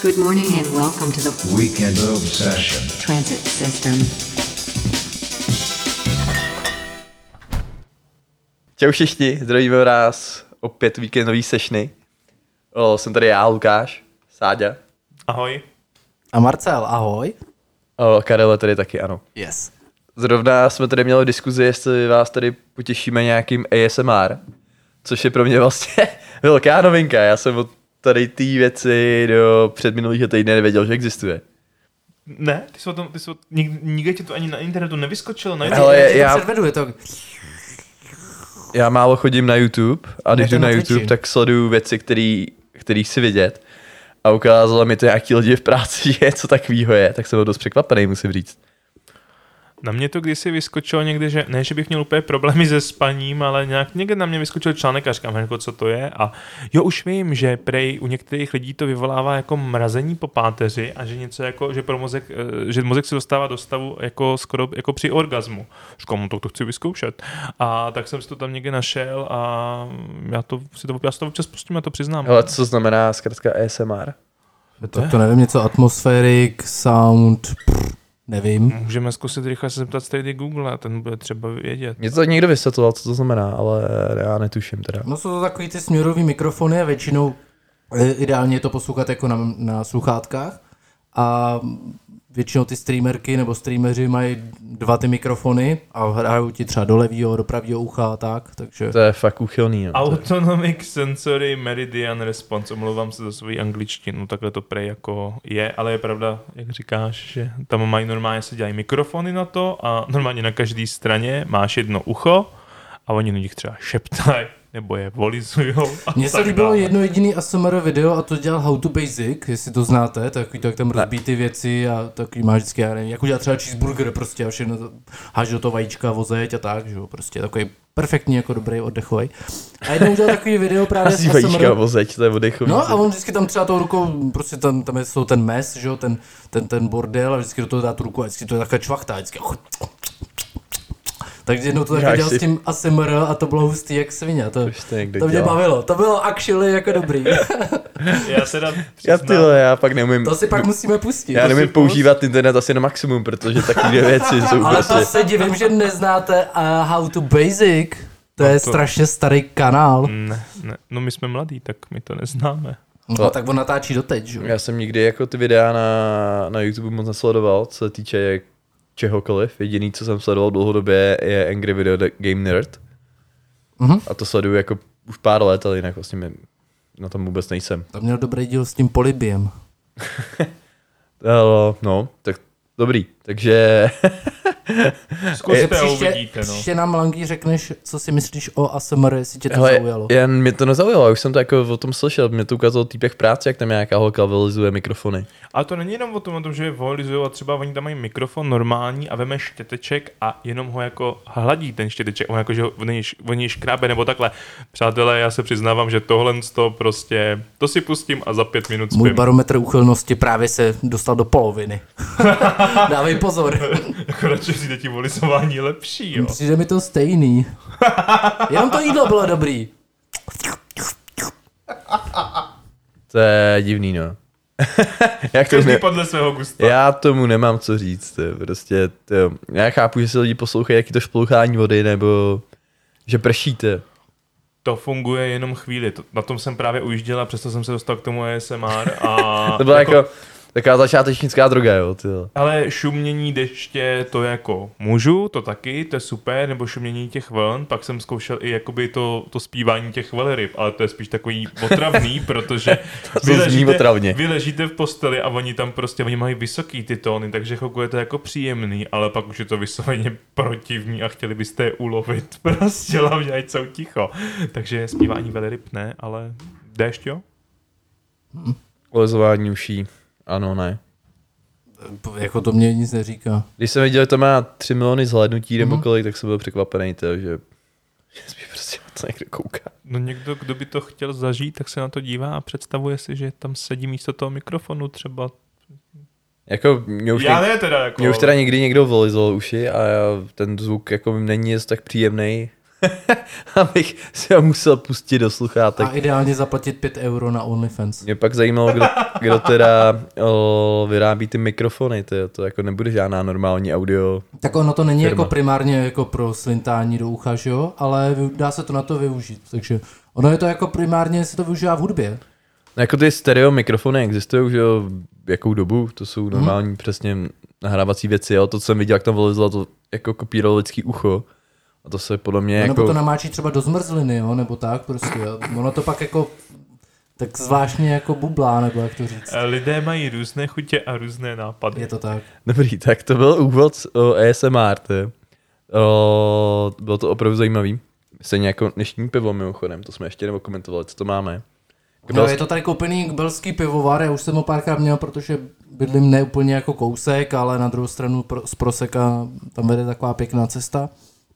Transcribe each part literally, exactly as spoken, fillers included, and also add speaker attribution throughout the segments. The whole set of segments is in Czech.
Speaker 1: Good morning and welcome to the
Speaker 2: Weekend Obsession
Speaker 1: Transit System.
Speaker 3: Čau všichni, zdravíme vás opět víkendový sešny. O, jsem tady já, Lukáš, Sáďa.
Speaker 4: Ahoj.
Speaker 5: A Marcel, ahoj.
Speaker 3: O, Karel je tady taky, ano.
Speaker 5: Yes.
Speaker 3: Zrovna jsme tady měli diskuzi, jestli vás tady potěšíme nějakým A S M R, což je pro mě vlastně velká novinka. Já jsem od tady té věci do předminulého týdne nevěděl, že existuje.
Speaker 4: Ne, ty jsi o tom, ty jsi o, nik, nikde ti to ani na internetu nevyskočilo. Na
Speaker 3: Ale
Speaker 5: já,
Speaker 3: já-
Speaker 5: to předvedu, je to...
Speaker 3: Já málo chodím na YouTube a když
Speaker 5: Ne, to
Speaker 3: jdu na
Speaker 5: na
Speaker 3: YouTube,
Speaker 5: Twitchi.
Speaker 3: tak sleduju věci, který, který chci vidět. A ukázalo mi to nějaký lidi v práci, že něco takovýho je, tak jsem byl dost překvapený, musím říct.
Speaker 4: Na mě to kdysi vyskočilo někde, že ne, že bych měl úplně problémy se spaním, ale nějak někde na mě vyskočil článek a říkám, jako, co to je. A jo, už vím, že prej u některých lidí to vyvolává jako mrazení po páteři a že něco jako, že pro mozek, eh, že mozek se dostává do stavu jako skoro jako při orgazmu. Říkám, no to, to chci vyzkoušet. A tak jsem si to tam někde našel a já to si to, já si to občas pustím, já to přiznám.
Speaker 3: Ale co znamená zkrátka A S M R?
Speaker 5: Tak to nevím, něco atmospheric, sound, pff, nevím.
Speaker 4: Můžeme zkusit rychle se zeptat stejný Google a ten bude třeba vědět.
Speaker 3: Mě to někdo vysvětloval, co to znamená, ale já netuším teda.
Speaker 5: No jsou to takový ty směrový mikrofony a většinou eh, ideálně je to poslouchat jako na, na sluchátkách a většinou ty streamerky nebo streameři mají dva ty mikrofony a hrajou ti třeba do levýho, do pravýho ucha a tak, takže...
Speaker 3: To je fakt úchylný. No.
Speaker 4: Autonomic Sensory Meridian Response, omlouvám se za svou angličtinu, takhle to prej jako je, ale je pravda, jak říkáš, že tam mají normálně, se dělají mikrofony na to a normálně na každé straně máš jedno ucho a oni na nich třeba šeptají nebo je volizujou.
Speaker 5: Mně se líbilo jedno jediný A S M R video a to dělal How to Basic, jestli to znáte, takový to, jak tam rozbíjí ty věci a takový má vždycky, já nevím, jako dělat třeba cheeseburger prostě a všechno to, háž do toho vajíčka, vozeď a tak, že jo, prostě takový perfektní, jako dobrý oddechový. A jednou udělal takový video právě s A S M
Speaker 3: Vajíčka
Speaker 5: R.
Speaker 3: vozeď, to je oddechový.
Speaker 5: No a on vždycky tam třeba tou rukou, prostě tam, tam je jsou ten mes, že jo, ten, ten, ten bordel a vždycky do toho dá tu ruku a vždycky to je takhle čvachtá, vždycky. Takže jednou to takhle dělal s tím A S M R a to bylo hustý jak svině. To,
Speaker 3: to někdo
Speaker 5: to mě
Speaker 3: dělá.
Speaker 5: bavilo, to bylo actually jako dobrý.
Speaker 4: Já se dám
Speaker 3: Já tyhle, já pak neumím,
Speaker 5: To si pak musíme pustit.
Speaker 3: já
Speaker 5: To
Speaker 3: nemím
Speaker 5: si
Speaker 3: používat internet asi na maximum, protože takové věci jsou
Speaker 5: Ale
Speaker 3: prostě...
Speaker 5: to se divím, že neznáte uh, How to Basic. To je
Speaker 4: to-
Speaker 5: strašně starý kanál.
Speaker 4: Ne, ne, no my jsme mladí, tak my to neznáme.
Speaker 5: No tak on natáčí doteď, že jo.
Speaker 3: Já jsem nikdy jako ty videa na, na YouTube moc nesledoval, co se týče čehokoliv. Jediný, co jsem sledoval dlouhodobě, je Angry Video Game Nerd.
Speaker 5: Mhm.
Speaker 3: A to sleduju jako už pár let, ale jinak vlastně mi na tom vůbec nejsem.
Speaker 5: Tam měl dobrý díl s tím Polybiem.
Speaker 3: Uh, no, tak dobrý. Takže
Speaker 4: Zkuste a
Speaker 5: Příště,
Speaker 4: uvidíte, no.
Speaker 5: příště nám, Langy, řekneš, co si myslíš o A S M R, jestli tě to
Speaker 3: hele,
Speaker 5: zaujalo.
Speaker 3: jen mě to nezaujalo, já už jsem to jako o tom slyšel, mě to ukázal týpek v práci, jak tam nějaká holka vylizuje mikrofony.
Speaker 4: Ale to není jenom o tom, o tom, že volizujou a třeba oni tam mají mikrofon normální a vemeš štěteček a jenom ho jako hladí ten štěteček, on jako, že ho v něj, v něj škrábe nebo takhle. Přátelé, já se přiznávám, že tohle to prostě, to si pustím a za pět minut spím.
Speaker 5: Můj barometr úchylnosti právě se dostal do poloviny. Dávej pozor.
Speaker 4: Akorát, že přijde ti volizování lepší, jo.
Speaker 5: Přijde mi to stejný. Jenom to jídlo bylo dobrý.
Speaker 3: To je divný, no. Jak to
Speaker 4: Každý
Speaker 3: ne...
Speaker 4: podle svého gusta.
Speaker 3: Já tomu nemám co říct, to je prostě, to, já chápu, že se lidi poslouchají, jaký to šplouchání vody, nebo že pršíte.
Speaker 4: To funguje jenom chvíli, to, na tom jsem právě ujížděl a přesto jsem se dostal k tomu A S M R a...
Speaker 3: To byla jako, jako taková začátečnická droga, jo, ty.
Speaker 4: Ale šumění deště, to jako můžu, to taky, to je super, nebo šumění těch vln, pak jsem zkoušel i jakoby to, to zpívání těch velryb, ale to je spíš takový otravný, protože
Speaker 3: To zní otravně.
Speaker 4: vy ležíte v posteli a oni tam prostě, oni mají vysoký ty tóny, takže chvilku je to jako příjemný, ale pak už je to vysloveně protivní a chtěli byste je ulovit, prostě hlavně ať jsou ticho. Takže zpívání velryb ne, ale déšť jo?
Speaker 3: Olezování uší, ano, ne.
Speaker 5: Jako to mě nic neříká.
Speaker 3: Když jsem viděl, že to má tři miliony zhlédnutí nebo
Speaker 5: Mhm.
Speaker 3: kolik, tak jsem byl překvapený, to, že že spíš prostě na to někdo kouká.
Speaker 4: No někdo, kdo by to chtěl zažít, tak se na to dívá a představuje si, že tam sedí místo toho mikrofonu třeba.
Speaker 3: Jako, mě už,
Speaker 4: Já
Speaker 3: něk-
Speaker 4: ne teda jako.
Speaker 3: mě už teda někdy někdo vylizoval uši a já, ten zvuk jako není jest tak příjemný. abych si ho musel pustit do sluchátek.
Speaker 5: A ideálně zaplatit pět euro na OnlyFans.
Speaker 3: Mě pak zajímalo, kdo, kdo teda o, vyrábí ty mikrofony, tyjo. To jako nebude žádná normální audio.
Speaker 5: Tak ono to není
Speaker 3: firma.
Speaker 5: jako primárně jako pro slintání do ucha, že jo? Ale dá se to na to využít. Takže ono je to jako primárně, se to využívá v hudbě.
Speaker 3: No, jako ty stereo mikrofony existují, že jo, jakou dobu, to jsou normální hmm. přesně nahrávací věci, jo. To, co jsem viděl, jak tam vylezlo, to jako kopírovalo lidský ucho. A to se podle mě
Speaker 5: no,
Speaker 3: jako...
Speaker 5: Nebo to namáčí třeba do zmrzliny, jo, nebo tak prostě. Jo. Ono to pak jako tak zvláštně jako bublá, nebo jak to říct.
Speaker 4: Lidé mají různé chutě a různé nápady.
Speaker 5: Je to tak.
Speaker 3: Dobrý, tak to byl úvod o A S M R, ty. O, bylo to opravdu zajímavý. Stejně jako dnešní pivo mimochodem, to jsme ještě neokomentovali, co to máme.
Speaker 5: No, je to tady koupený belský pivovar, já už jsem ho párkrát měl, protože bydlím ne úplně jako kousek, ale na druhou stranu pro, z Proseka tam vede taková pěkná cesta.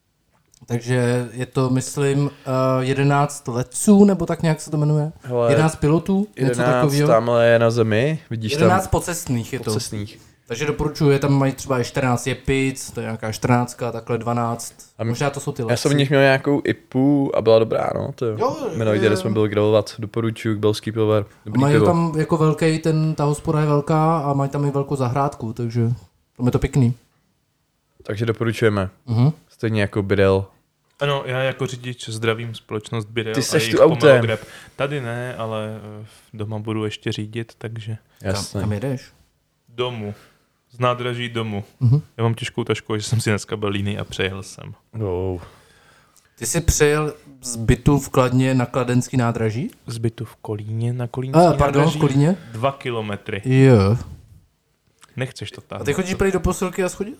Speaker 5: Takže je to, myslím, uh, jedenáct letců, nebo tak nějak se to jmenuje.
Speaker 3: Hele,
Speaker 5: jedenáct pilotů, něco takového.
Speaker 3: tamhle je na zemi, vidíš
Speaker 5: jedenáct
Speaker 3: tam...
Speaker 5: pocestných je to.
Speaker 3: Pocestných.
Speaker 5: Takže doporučuji, tam mají třeba i čtrnáct jepic, to je nějaká čtrnáctka, takhle dvanáct. A možná to jsou ty lepší.
Speaker 3: Já jsem v nich měl nějakou I P U a byla dobrá, no. To
Speaker 5: jo,
Speaker 3: minulý den jsme byli grilovat, doporučuji, belský pivovar.
Speaker 5: Mají
Speaker 3: pivo.
Speaker 5: tam jako velký, ten, ta hospoda je velká a mají tam i velkou zahrádku, takže tam je to pěkný.
Speaker 3: Takže doporučujeme.
Speaker 5: Uh-huh.
Speaker 3: Stejně jako Bidel.
Speaker 4: Ano, já jako řidič zdravím společnost Bidel.
Speaker 3: Ty seš
Speaker 4: a jejich
Speaker 3: tu autem.
Speaker 4: Pomalograb. Tady ne, ale doma budu ještě řídit, takže...
Speaker 3: Jasně.
Speaker 5: Kam, kam jedeš?
Speaker 4: Domů. Z nádraží domů.
Speaker 5: Uh-huh.
Speaker 4: Já mám těžkou tašku, že jsem si dneska byl líný a přejel jsem.
Speaker 3: No.
Speaker 5: Ty jsi přejel z bytu v Kladně na kladenský nádraží?
Speaker 4: Z bytu v Kolíně na Kolínský
Speaker 5: A, pardon,
Speaker 4: nádraží.
Speaker 5: v Kolíně?
Speaker 4: Dva kilometry.
Speaker 5: Jo.
Speaker 4: Nechceš to tam.
Speaker 5: A ty chodíš prý do posilky a schodit?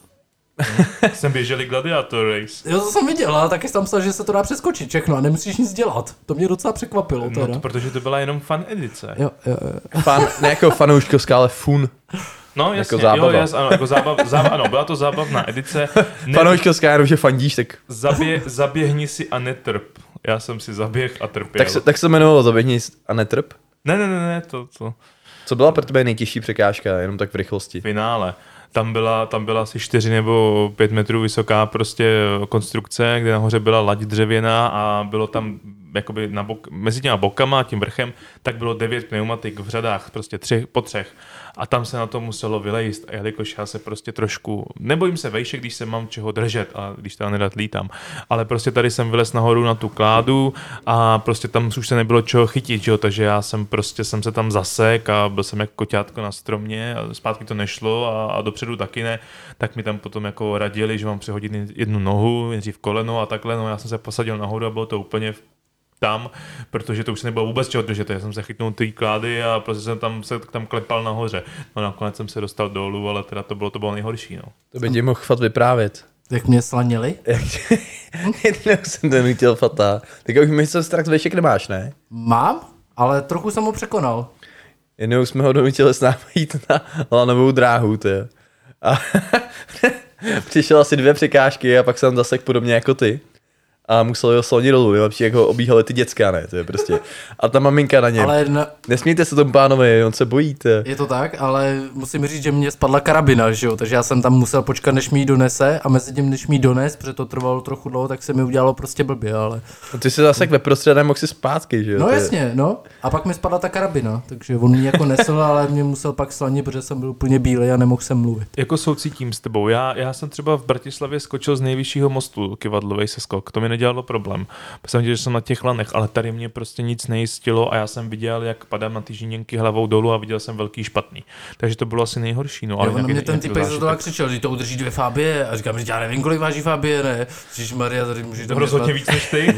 Speaker 4: Jsem běželi Gladiator Race.
Speaker 5: Jo, to jsem viděl, ale taky jsem psal, že se to dá přeskočit všechno a nemusíš nic dělat. To mě docela překvapilo teda.
Speaker 4: No to, protože to byla jenom fan edice.
Speaker 5: Jo, jo, jo.
Speaker 3: Fan, ne jako fanouškovská, ale fun.
Speaker 4: No jasně,
Speaker 3: Jako zábava.
Speaker 4: jo, jas, ano, jako zábav, zábav, ano, byla to zábavná edice. Ne,
Speaker 3: Fanouškovská, jenom že fandíš, tak...
Speaker 4: zabě, zaběhni si a netrp. Já jsem si zaběh a trpěl.
Speaker 3: Tak se, tak se jmenovalo Zaběhni a netrp?
Speaker 4: Ne, ne, ne, ne, to, to.
Speaker 3: Co byla pro tebe nejtěžší překážka, jenom tak v rychlosti?
Speaker 4: Finále. Tam byla, tam byla asi čtyři nebo pět metrů vysoká prostě konstrukce, kde nahoře byla laď dřevěná a bylo tam jakoby na bok, mezi těma bokama a tím vrchem, tak bylo devět pneumatik v řadách, prostě tři, po třech. A tam se na to muselo vylejst, a jelikož já se prostě trošku, nebojím se vejše, když se mám čeho držet a když teda nedat lítám, ale prostě tady jsem vylez nahoru na tu kládu a prostě tam už se nebylo čeho chytit, jo? Takže já jsem prostě jsem se tam zasek a byl jsem jako koťátko na stromě a zpátky to nešlo a, a dopředu taky ne, tak mi tam potom jako radili, že mám přehodit jednu nohu, nejdřív koleno a takhle, no já jsem se posadil nahoru a bylo to úplně v tam, protože to už nebylo vůbec čeho držet, já jsem se chytnul ty klády a prostě jsem tam se tam klepal nahoře. No nakonec jsem se dostal dolů, ale teda to bylo to bylo nejhorší, no.
Speaker 3: To by ti mohl fakt vyprávět.
Speaker 5: Jak mě slanili?
Speaker 3: Jednou jsem to nutil fata. Tak už mi se strach z vešek nemáš, ne?
Speaker 5: Mám, ale trochu jsem ho překonal.
Speaker 3: Jednou jsme ho donutili s námi jít na lanovou dráhu, ty. A přišel asi dvě překážky a pak jsem zasek podobně jako ty. A musel ho slonit dolů, nejlepší, jak ho obíhali ty děcka, ne, to je prostě. A ta maminka na něm.
Speaker 5: Ale na...
Speaker 3: Nesmíte se tomu pánovi, on se bojí, ty.
Speaker 5: Je to tak, ale musím říct, že mě spadla karabina, že jo, takže já jsem tam musel počkat, než mi ji donese a mezi tím, než mi ji dones, protože to trvalo trochu dlouho, tak se mi udělalo prostě blbě, ale...
Speaker 3: No ty se zase ve prostřed nemohl si zpátky, že jo?
Speaker 5: No
Speaker 3: to je...
Speaker 5: jasně, no. A pak mi spadla ta karabina, takže on mě jako nesl, ale mě musel pak slanit, protože jsem byl úplně bílej a nemohl jsem mluvit.
Speaker 4: Jako soucítím s tebou. Já, já jsem třeba v Bratislavě skočil z nejvyššího mostu, kyvadlovej seskok, to mi nedělalo problém. Jsem viděl, že jsem na těch lanech, ale tady mě prostě nic nejistilo a já jsem viděl, jak padám na ty žíněnky hlavou dolů a viděl jsem velký špatný. Takže to bylo asi nejhorší. No, ale
Speaker 5: Jo, na mě ten typek za toho křičel, že to udrží dvě fábie a říkám, že já nevím, kolik váží fábie, ne. Ježišmarja, tady můžeš do mě
Speaker 4: rozhodně víc než ty.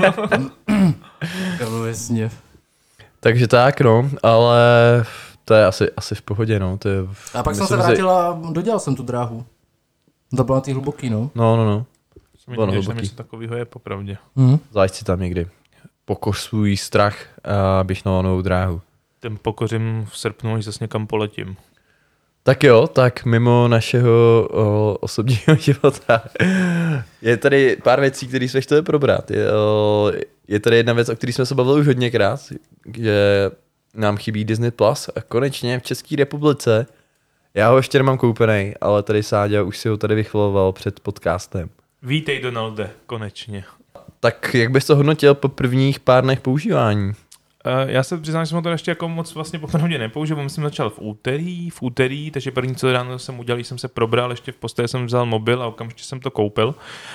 Speaker 5: No, jasně.
Speaker 3: Takže tak, no, ale to je asi, asi v pohodě, no. To je,
Speaker 5: a pak jsem se vrátil a dodělal jsem tu dráhu. To bylo na tý hluboký, no.
Speaker 3: No, no, no.
Speaker 4: Bylo hluboký. Něco takového je popravdě.
Speaker 5: Mm.
Speaker 3: Zajď si tam někdy. Pokoř svůj strach a běž na novou dráhu.
Speaker 4: Ten pokořím v srpnu, až zase někam poletím.
Speaker 3: Tak jo, tak mimo našeho o, osobního života je tady pár věcí, které jsme chtěli probrat. Je, o, je tady jedna věc, o které jsme se bavili už hodněkrát, že nám chybí Disney Plus a konečně v České republice, já ho ještě nemám koupený, ale tady Sáďa už si ho tady vychvaloval před podcastem.
Speaker 4: Vítej, Donalde, konečně.
Speaker 3: tak jak bys to hodnotil po prvních pár dnech používání?
Speaker 4: Uh, já se přiznám, že jsem to ještě jako moc vlastně popravdě nepoužil, jsem začal v úterý, v úterý, takže první co ráno jsem udělal, jsem se probral, ještě v posteli jsem vzal mobil a okamžitě jsem to koupil.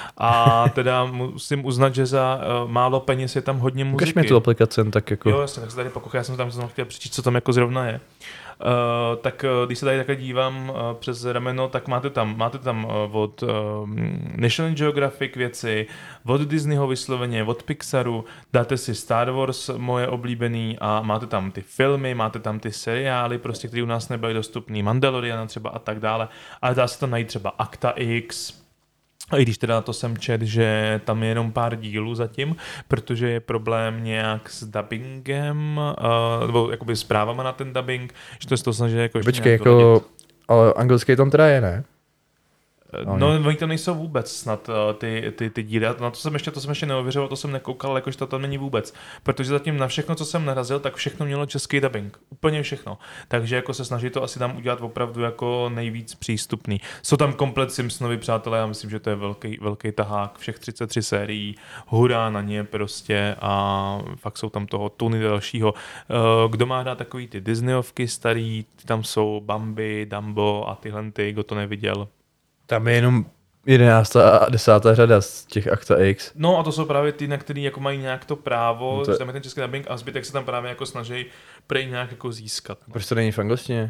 Speaker 4: A teda musím uznat, že za uh, málo peněz je tam hodně muziky.
Speaker 3: Ukaž mi tu aplikaci, tak jako...
Speaker 4: Jo, jasně, tak se tady pokochám, já jsem tam jsem chtěl přečíst, co tam jako zrovna je. Uh, tak uh, když se tady takhle dívám uh, přes rameno, tak máte tam, máte tam uh, od uh, National Geographic věci, od Disneyho vysloveně, od Pixaru, dáte si Star Wars, moje oblíbený, a máte tam ty filmy, máte tam ty seriály, prostě, které u nás nebyly dostupný, Mandalorian třeba a tak dále, ale dá se tam najít třeba Akta X, a i když teda to jsem čet, že tam je jenom pár dílů zatím, protože je problém nějak s dubbingem, uh, nebo jakoby s právama na ten dubbing, že to se to snaží jako ještě
Speaker 3: Počkej,
Speaker 4: nějak
Speaker 3: jako...
Speaker 4: doladit.
Speaker 3: Ale anglický tam teda je, ne?
Speaker 4: No, oni tam nejsou vůbec snad uh, ty, ty, ty díly. Na to jsem ještě, to jsem ještě neověřoval, to jsem nekoukal, ale jakože to tam není vůbec. Protože zatím na všechno, co jsem narazil, tak všechno mělo český dubbing. Úplně všechno. Takže jako se snaží to asi tam udělat opravdu jako nejvíc přístupný. Jsou tam komplet Simpsonovi přátelé, já myslím, že to je velký, velký tahák všech třicet tři sérií. Hurá na ně prostě a fakt jsou tam toho tuny dalšího. Uh, kdo má dát takový ty Disneyovky starý, tam jsou Bambi, Dumbo a tyhle ty, kdo to neviděl.
Speaker 3: Tam je jenom jedenáctá a desátá řada z těch Akta X.
Speaker 4: No a to jsou právě ty, na který jako mají nějak to právo,
Speaker 3: no to je...
Speaker 4: tam je ten český dubbing a zbytek se tam právě jako snaží prej nějak jako získat.
Speaker 3: Proč to není v angličtině?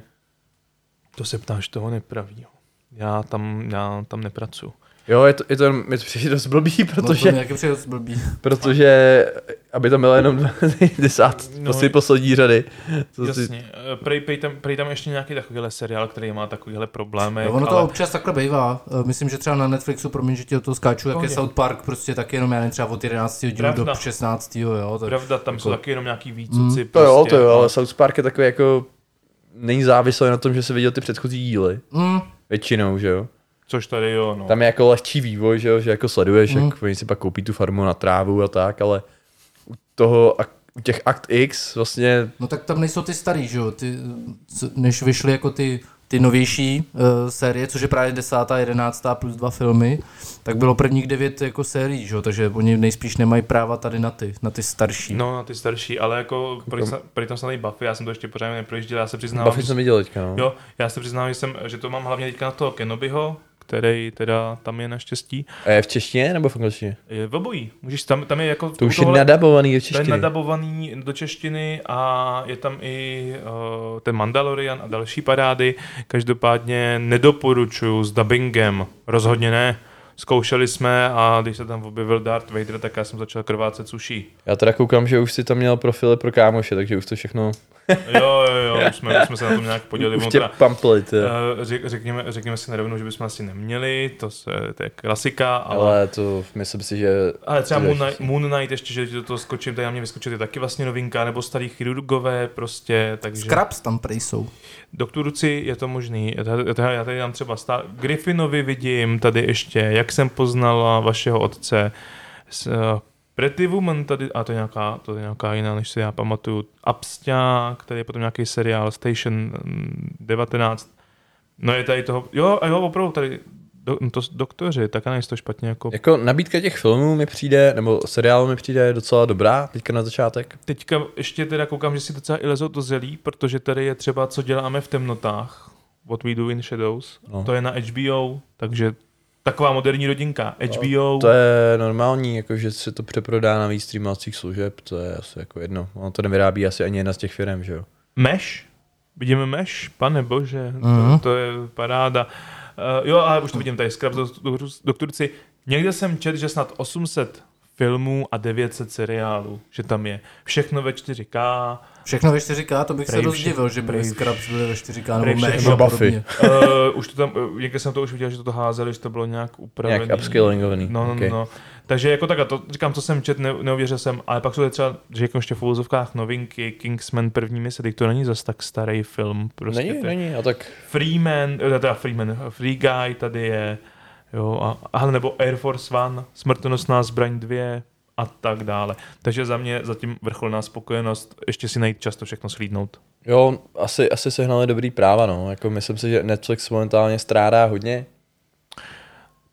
Speaker 4: To se ptáš toho nepravýho. Já tam, já tam nepracuji.
Speaker 3: Jo, je to, je to, je to přijde dost blbý, protože...
Speaker 5: No, to přijde dost blbý.
Speaker 3: Protože, aby tam bylo jenom desát, no, si poslední řady.
Speaker 4: Jasně, si... prej, prej, tam, prej tam ještě nějaký takovýhle seriál, který má takovýhle problémy.
Speaker 5: No, ono to
Speaker 4: ale...
Speaker 5: občas takhle bývá. Myslím, že třeba na Netflixu, promiň, že ti do toho skáču, jak je South Park, prostě taky jenom, já nevím, třeba od jedenáctého dílu do šestnáctého jo. Tak...
Speaker 4: Pravda, tam jako... jsou taky jenom nějaký výcuci.
Speaker 3: Mm,
Speaker 4: prostě,
Speaker 3: to jo, to jo, ale South Park je takový jako, není závislý na tom, že jsi viděl ty předchozí díly. Mm. Většinou, že jo.
Speaker 4: Což tady jo, no.
Speaker 3: Tam je jako lehčí vývoj, že jo, že jako sleduješ, mm. jak oni si pak koupí tu farmu na trávu a tak, ale u toho, u těch Akt X vlastně...
Speaker 5: No tak tam nejsou ty starý, že jo, ty, než vyšly jako ty, ty novější uh, série, což je právě desátá, jedenáctá plus dva filmy, tak bylo prvních devět jako sérií, že jo, takže oni nejspíš nemají práva tady na ty, na ty starší.
Speaker 4: No, na ty starší, ale jako prý tam snadný Buffy, já jsem to ještě pořádně neprojížděl, já se přiznám...
Speaker 3: Buffy jsem viděl teďka, no.
Speaker 4: Jo, já se přiznám, že, jsem, že to mám hlavně teďka na toho Kenobiho, který teda tam je naštěstí.
Speaker 3: A je v češtině nebo v angličtině?
Speaker 4: Je v obojí. Můžeš tam, tam je jako...
Speaker 3: To už tohle, je nadabovaný do češtiny.
Speaker 4: To je nadabovaný do češtiny a je tam i uh, ten Mandalorian a další parády. Každopádně nedoporučuju s dubbingem. Rozhodně ne. Zkoušeli jsme a když se tam objevil Darth Vader, tak já jsem začal krvácet z uší.
Speaker 3: Já teda koukám, že už si tam měl profily pro kámoše, takže už to všechno...
Speaker 4: jo, jo, jo, už jsme, už jsme se na tom nějak podělili.
Speaker 3: Už tě pamplit, jo.
Speaker 4: Řek, řekněme, řekněme si na rovinu, že bychom asi neměli, to, se, to je klasika. Ale,
Speaker 3: ale to myslím si, že...
Speaker 4: Ale třeba Moon Knight, Moon Knight, ještě, že do toho skočím, tady na mě vyskočily taky vlastně novinka, nebo starý chirurgové prostě, takže...
Speaker 5: Scraps tam prej jsou.
Speaker 4: Doktoruci je to možný, já tady dám třeba stá... Griffinovi vidím tady ještě, jak jsem poznala vašeho otce, s, Pretty Woman tady, a to je nějaká, to je nějaká jiná, než si já pamatuju, Absťák, který je potom nějaký seriál, Station devatenáct, no je tady toho, jo, a jo, opravdu tady, do, to doktoři, tak nejsou to špatně jako...
Speaker 3: Jako nabídka těch filmů mi přijde, nebo seriálu mi přijde docela dobrá, teďka na začátek.
Speaker 4: Teďka ještě teda koukám, že si docela i lezou to zelí, protože tady je třeba Co děláme v temnotách, What We Do in Shadows, no. To je na H B O, takže taková moderní rodinka, H B O.
Speaker 3: No, to je normální, jako že se to přeprodá na víc streamovacích služeb, to je asi jako jedno. Ono to nevyrábí asi ani jedna z těch firm, že jo.
Speaker 4: Mesh? Vidíme Mesh? Pane bože,
Speaker 5: uh-huh.
Speaker 4: to, to je paráda. Uh, jo, ale už to vidím tady, Scraps doktorci. Někde jsem četl, že snad osm set filmů a devět set seriálů, že tam je. Všechno ve čtyři ká.
Speaker 5: Všechno ve čtyři ká, to bych
Speaker 4: prej
Speaker 5: se rozdivil, že by Scraps byly ve čtyři ká nebo Mesh
Speaker 3: a Buffy.
Speaker 4: uh, už to tam, uh, někde jsem to už viděl, že to házeli, že to bylo nějak upravený.
Speaker 3: Nějak upskillingovaný.
Speaker 4: No, no, okay. no. Takže jako tak, to říkám, co jsem čet, ne, neuvěřil jsem, ale pak jsou třeba, že jako ještě v uvozovkách novinky, Kingsman první mise, teď to není zas tak starý film. Prostě
Speaker 3: není,
Speaker 4: ty.
Speaker 3: není, a tak...
Speaker 4: Freeman, teda Freeman, Free Guy tady je, jo, a, a nebo Air Force One, Smrtonosná zbraň dvě a tak dále. Takže za mě zatím vrcholná spokojenost, ještě si najít často všechno slídnout.
Speaker 3: Jo, asi, asi sehnali dobrý práva, no, jako myslím si, že Netflix momentálně strádá hodně.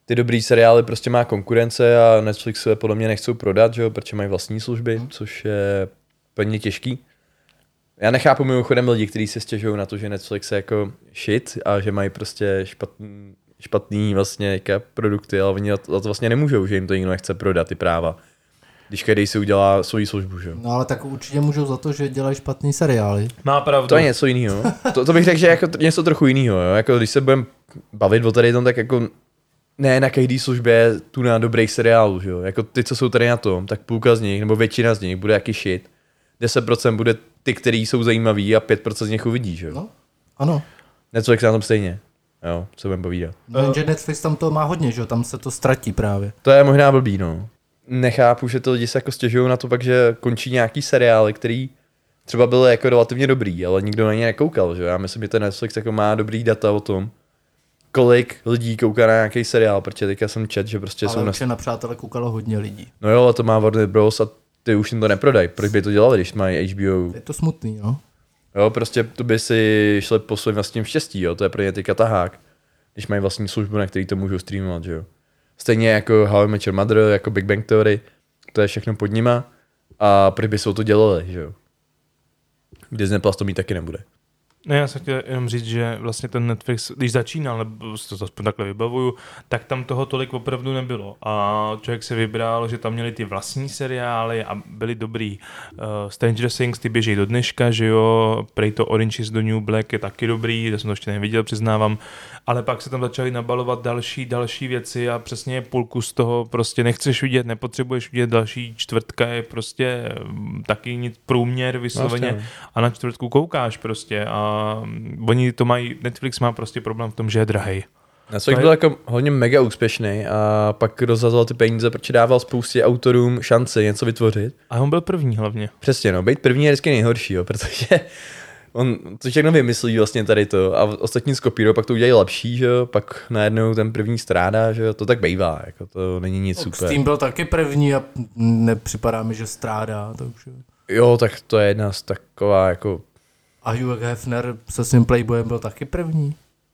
Speaker 3: ty dobrý seriály prostě má konkurence a Netflix se podle mě nechcou prodat, že jo, protože mají vlastní služby, hmm. což je plně těžký. Já nechápu mimochodem lidi, kteří se stěžují na to, že Netflix je jako shit a že mají prostě špatný, špatný vlastně jaké produkty, ale oni to vlastně nemůžou, že jim to nikdo nechce prodat, ty práva. Když každý si udělá svoji službu, že jo.
Speaker 5: No ale tak určitě můžou za to, že dělají špatný seriály.
Speaker 4: Má pravdu.
Speaker 3: To je něco jiného. To, to bych řekl, že jako něco trochu jiného, jo. Jako když se budeme bavit o tady tom, tak jako ne na každý službě tu na dobrých seriálů, že jo. Jako ty, co jsou tady na tom, tak půlka z nich, nebo většina z nich bude jaký shit. deset procent bude ty, který jsou zajímavý a pět procent z nich uvidí, že jo.
Speaker 5: No, ano.
Speaker 3: Netflix na tom stejně. Jo, co budeme povídat.
Speaker 5: No, jenže Netflix tam to má hodně, že jo, tam se to ztratí právě.
Speaker 3: To je možná blbý, no. Nechápu, že to lidi se jako stěžují na to pak, že končí nějaký seriály, který třeba byly jako relativně dobrý, ale nikdo na ně nekoukal, že? Já myslím, že ten Netflix jako má dobrý data o tom, kolik lidí kouká na nějaký seriál, protože teďka jsem čet, že prostě
Speaker 5: ale
Speaker 3: jsou na...
Speaker 5: Ale na Přátelé koukalo hodně lidí.
Speaker 3: No jo, ale to má Warner Bros. A ty už jim to neprodají. Proč by to dělali, když mají H B O?
Speaker 5: Je to smutný, no.
Speaker 3: Jo, prostě to by si šli po svým vlastním štěstí, jo, to je pro ně teďka tahák, když mají vlastní službu, na který to můžou streamovat, že jo. Stejně jako How I Met Your Mother, jako Big Bang Theory, to je všechno pod nima a proč by se to dělali, že jo. Disney Plus to mít taky nebude.
Speaker 4: No já jsem chtěl jenom říct, že vlastně ten Netflix, když začínal, nebo to aspoň takhle vybavuju, tak tam toho tolik opravdu nebylo. A člověk si vybral, že tam měli ty vlastní seriály a byli dobrý. Uh, Stranger Things, ty běží do dneška, že jo, prej to Orange is the New Black je taky dobrý, to jsem to ještě neviděl, přiznávám. Ale pak se tam začaly nabalovat další, další věci a přesně půlku z toho prostě nechceš vidět, nepotřebuješ vidět, další čtvrtka je prostě taky nic průměr vysloveně
Speaker 3: vlastně.
Speaker 4: A na čtvrtku koukáš prostě a oni to mají, Netflix má prostě problém v tom, že je drahej.
Speaker 3: Netflix byl jako hodně mega úspěšný a pak rozhazoval ty peníze, protože dával spoustě autorům šanci něco vytvořit.
Speaker 4: A on byl první hlavně.
Speaker 3: Přesně, no, být první je vždycky nejhorší, jo, protože on to všechno vymyslí vlastně tady to a ostatní skopírují, pak to udělají lepší, že jo, pak najednou ten první strádá, že jo, to tak bývá, jako to není nic super.
Speaker 5: Steam byl taky první a nepřipadá mi, že strádá, takže...
Speaker 3: Jo, tak to je jedna z taková jako...
Speaker 5: A Hugh Hefner se svým Playboyem byl taky první.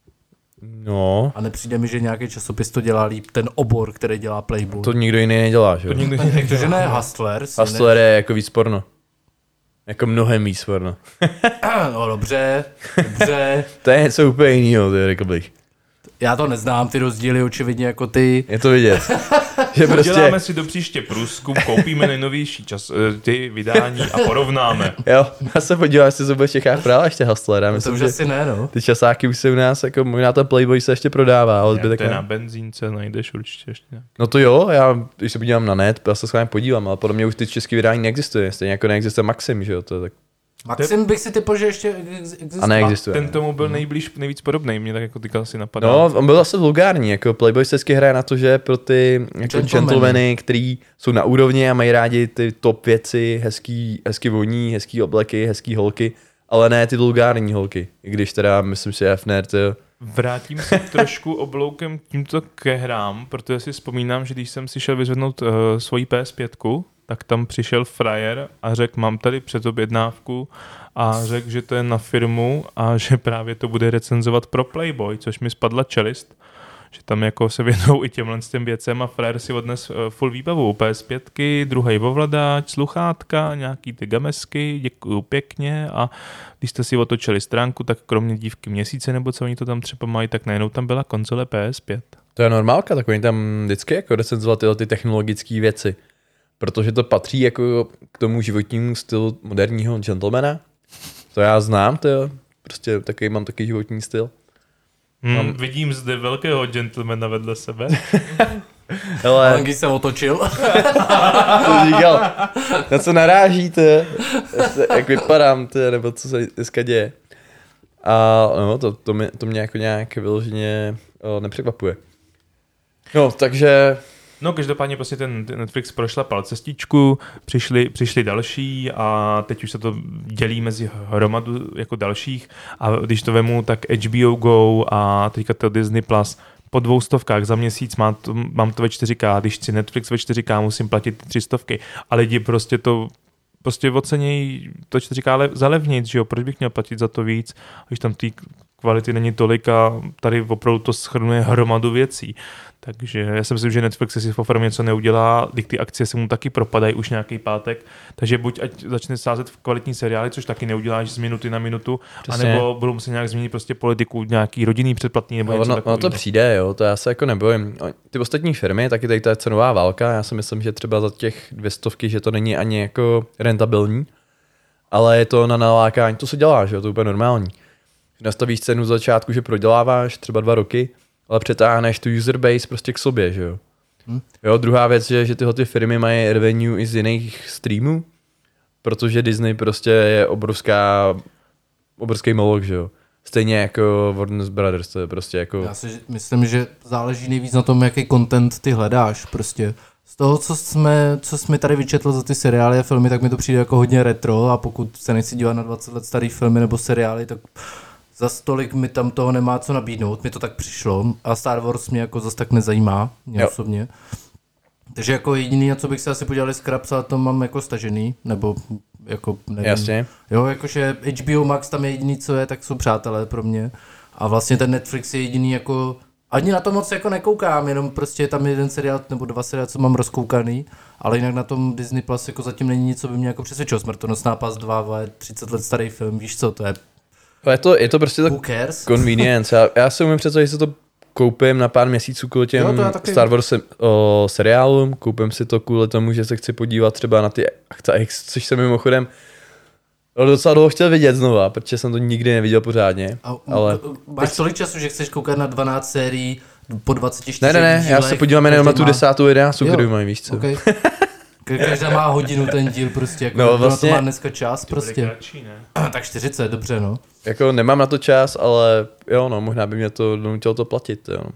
Speaker 3: No.
Speaker 5: A nepřijde mi, že nějaký časopis to dělá líp, ten obor, který dělá Playboy.
Speaker 3: To nikdo jiný nedělá, že jo?
Speaker 4: To nikdo jiný
Speaker 5: nedělá. Takže ne, Hustler.
Speaker 3: Hustler je jako víc porno. Jako mnohem víc porno.
Speaker 5: No dobře, dobře.
Speaker 3: To je něco úplně jiného, to řekl bych.
Speaker 5: Já to neznám, ty rozdíly očividně jako ty.
Speaker 3: Je to vidět. Že prostě...
Speaker 4: Uděláme si do příště průzkum, koupíme nejnovější čas, ty vydání a porovnáme.
Speaker 3: Jo, já se podívám, jestli se bude v Čechách právě ještě Hustlera.
Speaker 5: Myslím, to už asi ne, no.
Speaker 3: Ty časáky už se u nás, jako možná ten Playboy se ještě prodává, ale zbytek
Speaker 4: to je
Speaker 3: ne.
Speaker 4: Na benzínce, najdeš určitě ještě nějak.
Speaker 3: No to jo, já když se podívám na net, já se s vámi podívám, ale podle mě už ty český vydání neexistuje, stejně jako neexistuje Maxim, že jo, to je tak...
Speaker 5: Maxim bych si typl, že ještě existuje.
Speaker 3: A neexistuje.
Speaker 4: Ten tomu byl nejblíž, nejvíc podobný, mě tak jako teďka asi napadá.
Speaker 3: No, on byl asi vulgární, jako Playboy se vždycky hraje na to, že pro ty jako gentlemany, kteří jsou na úrovni a mají rádi ty top věci, hezký, hezký voní, hezký obleky, hezký holky, ale ne ty vulgární holky, i když teda myslím si Hefner, to...
Speaker 4: Vrátím se trošku obloukem tímto ke hrám, protože si vzpomínám, že když jsem si šel vyzvednout uh, svoji P S pět, tak tam přišel frajer a řekl, mám tady předobjednávku a řekl, že to je na firmu a že právě to bude recenzovat pro Playboy, což mi spadla čelist, že tam jako se věnou i těmhle s těm věcem a frajer si odnes uh, full výbavu, P S pět, druhý ovladač, sluchátka, nějaký ty gamesky, děkuju pěkně a když jste si otočili stránku, tak kromě dívky měsíce nebo co oni to tam třeba mají, tak najednou tam byla konzole P S pět.
Speaker 3: To je normálka, tak oni tam vždycky jako recenzovat tyhle ty technologické věci. Protože to patří jako k tomu životnímu stylu moderního gentlemana. To já znám, to jo. Prostě takový mám takový životní styl.
Speaker 4: Hmm, mám... Vidím zde velkého gentlemana vedle sebe.
Speaker 3: Hele.
Speaker 5: Ale když se otočil.
Speaker 3: To říkal, na co narážíte, jak vypadám, ty, nebo co se dneska děje. A no, to, to, mě, to mě jako nějak vyloženě o, nepřekvapuje. No, takže...
Speaker 4: No, každopádně prostě ten Netflix prošlapal cestičku, přišli, přišli další a teď už se to dělí mezi hromadu jako dalších a když to vemu, tak H B O Go a teďka to Disney Plus po dvou stovkách za měsíc mám to, mám to ve čtyři ká, když chci Netflix ve čtyři ká, musím platit tři stovky a lidi prostě to prostě ocenějí to čtyři ká le, za levnic, že jo, proč bych měl platit za to víc, když tam ty kvality není tolik a tady opravdu to shrnuje hromadu věcí. Takže já si myslím, že Netflix si v opravdu něco neudělá, když ty akcie se mu taky propadají už nějaký pátek, takže buď ať začne sázet v kvalitní seriály, což taky neuděláš z minuty na minutu,
Speaker 3: Přesně.
Speaker 4: anebo budou muset nějak změnit prostě politiku, nějaký rodinný předplatný nebo
Speaker 3: No,
Speaker 4: něco
Speaker 3: ono,
Speaker 4: takového.
Speaker 3: ono to přijde, jo, to já se jako nebojím. Ty ostatní firmy, taky tady ta je cenová válka, já si myslím, že třeba za těch dvě stovky, že to není ani jako rentabilní, ale je to na nalákání, to se dělá, že jo, to je úplně normální. Nastavíš cenu z začátku, že proděláváš třeba dva roky, ale přetáhneš tu user base prostě k sobě, že jo. Hmm. Jo, druhá věc je, že tyhle ty firmy mají revenue i z jiných streamů, protože Disney prostě je obrovská, obrovský moloch, že jo. Stejně jako Warner Brothers, to je prostě jako...
Speaker 5: Já si myslím, že záleží nejvíc na tom, jaký content ty hledáš prostě. Z toho, co jsme, co jsme tady vyčetl za ty seriály a filmy, tak mi to přijde jako hodně retro a pokud se nechci dívat na dvacet let starý filmy nebo seriály, tak za stolik mi tam toho nemá co nabídnout, mi to tak přišlo a Star Wars mě jako zas tak nezajímá, mě
Speaker 3: Jo.
Speaker 5: osobně. Takže jako jediný, na co bych se asi podíval, je Scraps, a to mám jako stažený, nebo jako nevím.
Speaker 3: Jasně.
Speaker 5: Jo, jakože H B O Max tam je jediný, co je, tak jsou přátelé pro mě. A vlastně ten Netflix je jediný jako, ani na to moc jako nekoukám, jenom prostě je tam jeden seriál nebo dva seriály, co mám rozkoukaný, ale jinak na tom Disney Plus jako zatím není nic, co by mě jako přesvědčilo. Smrtonosná past dva, vole, třicet let starý film, víš co, to je,
Speaker 3: Je to, je to prostě tak
Speaker 5: who cares?
Speaker 3: convenience. Já, já si umím představit, že si to koupím na pár měsíců kvůli těm
Speaker 5: Jo, to já taky.
Speaker 3: Star Wars o, seriálům, koupím si to kvůli tomu, že se chci podívat třeba na ty Akta X, což jsem mimochodem docela dlouho chtěl vidět znova, protože jsem to nikdy neviděl pořádně,
Speaker 5: A,
Speaker 3: ale...
Speaker 5: máš tolik času, že chceš koukat na dvanáct sérií po dvacet čtyři
Speaker 3: Ne, ne, ne, já se podívám jenom na tu desátou jedenáctou, kterou mají, víš co.
Speaker 5: Okay. Každá má hodinu ten díl prostě, jako
Speaker 3: No,
Speaker 5: no,
Speaker 3: vlastně-
Speaker 5: na to má dneska čas
Speaker 4: Bude
Speaker 5: prostě.
Speaker 4: kratší, ne?
Speaker 5: Tak čtyřicet, dobře no.
Speaker 3: Jako nemám na to čas, ale jo, no, možná by mě to donutilo to platit, jo.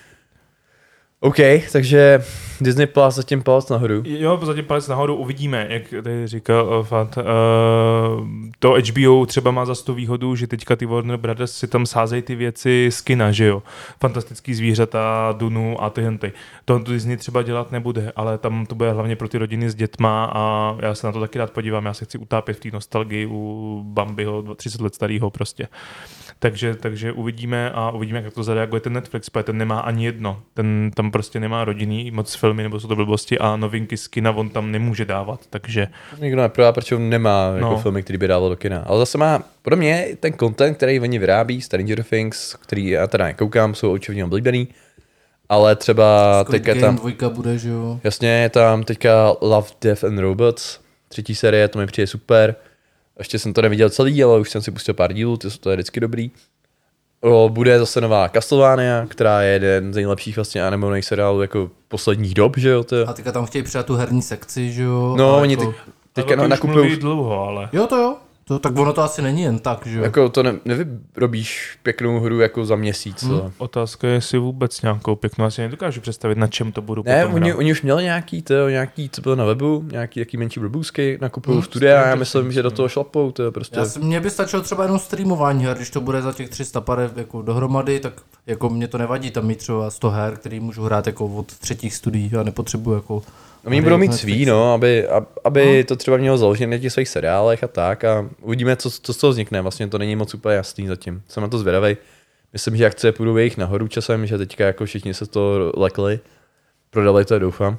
Speaker 3: OK, takže Disney Plus zatím palec nahoru.
Speaker 4: Jo, zatím palec nahoru, uvidíme, jak tady říkal uh, Fat. Uh, to H B O třeba má zase tu výhodu, že teďka ty Warner Brothers si tam sázejí ty věci z kina, že jo. Fantastický zvířata, Dunu a tyhle ty. To Disney třeba dělat nebude, ale tam to bude hlavně pro ty rodiny s dětma a já se na to taky rád podívám, já se chci utápět v té nostalgii u Bambiho, třicet let starého prostě. Takže, takže uvidíme a uvidíme, jak to zareaguje ten Netflix, protože ten nemá ani jedno. Ten tam prostě nemá rodinný moc filmy nebo jsou to blbosti a novinky z kina on tam nemůže dávat, takže...
Speaker 3: Nikdo neprodá, protože on nemá jako
Speaker 4: No.
Speaker 3: filmy, který by dával do kina. Ale zase má, podle mě, ten content, který oni vyrábí, Stranger Things, který já teda nekoukám, jsou očividně oblíbený, ale třeba
Speaker 5: Squid
Speaker 3: teďka
Speaker 5: Game
Speaker 3: tam,
Speaker 5: dvojka bude, že jo.
Speaker 3: jasně, je tam teďka Love, Death and Robots, třetí série, to mi přijde super. Ještě jsem to neviděl celý, ale už jsem si pustil pár dílů, to, to je vždycky dobrý. O, bude zase nová Castlevania, která je jeden z nejlepších vlastně animovaných seriálů jako posledních dob, že jo? To...
Speaker 5: A teďka tam chtějí přijat tu herní sekci, že jo.
Speaker 3: No,
Speaker 5: a
Speaker 3: oni
Speaker 5: jako...
Speaker 3: teď, teďka
Speaker 4: Ale
Speaker 3: no,
Speaker 4: to už mluví
Speaker 3: nakupují,
Speaker 4: dlouho, ale...
Speaker 5: Jo, to jo. To, tak ono to asi není jen tak, že jo.
Speaker 3: jako to ne, nevyrobíš pěknou hru jako za měsíc.
Speaker 5: Hmm.
Speaker 3: Hmm.
Speaker 4: Otázka je, jestli vůbec nějakou pěknou, asi nedokážu představit, na čem to budu
Speaker 3: Ne,
Speaker 4: potom
Speaker 3: oni,
Speaker 4: hrát.
Speaker 3: oni už měli nějaký, to, nějaký, co bylo na webu, nějaký taký menší blbůzky, nakupují
Speaker 5: Hmm,
Speaker 3: studia a já
Speaker 4: Stranger
Speaker 3: myslím,
Speaker 4: Things,
Speaker 3: že do
Speaker 4: no.
Speaker 3: toho šlapou, to je prostě...
Speaker 5: Já si, mně by stačilo třeba jenom streamování her, když to bude za těch tři sta pade jako dohromady, tak jako mě to nevadí tam mít třeba sto her, který můžu hrát jako od třetích studií a nepotřebuji jako...
Speaker 3: Oni
Speaker 5: hry
Speaker 3: budou
Speaker 5: od
Speaker 3: mít
Speaker 5: Netflixu.
Speaker 3: svý, no, aby, ab- aby
Speaker 5: No.
Speaker 3: to třeba mělo založené na těch svých seriálech a tak a uvidíme, co, co z toho vznikne, vlastně to není moc úplně jasný zatím, jsem na to zvědavej. Myslím, že akcie půjdou jejich nahoru časem, že teďka jako všichni se to lekli, prodali to, doufám.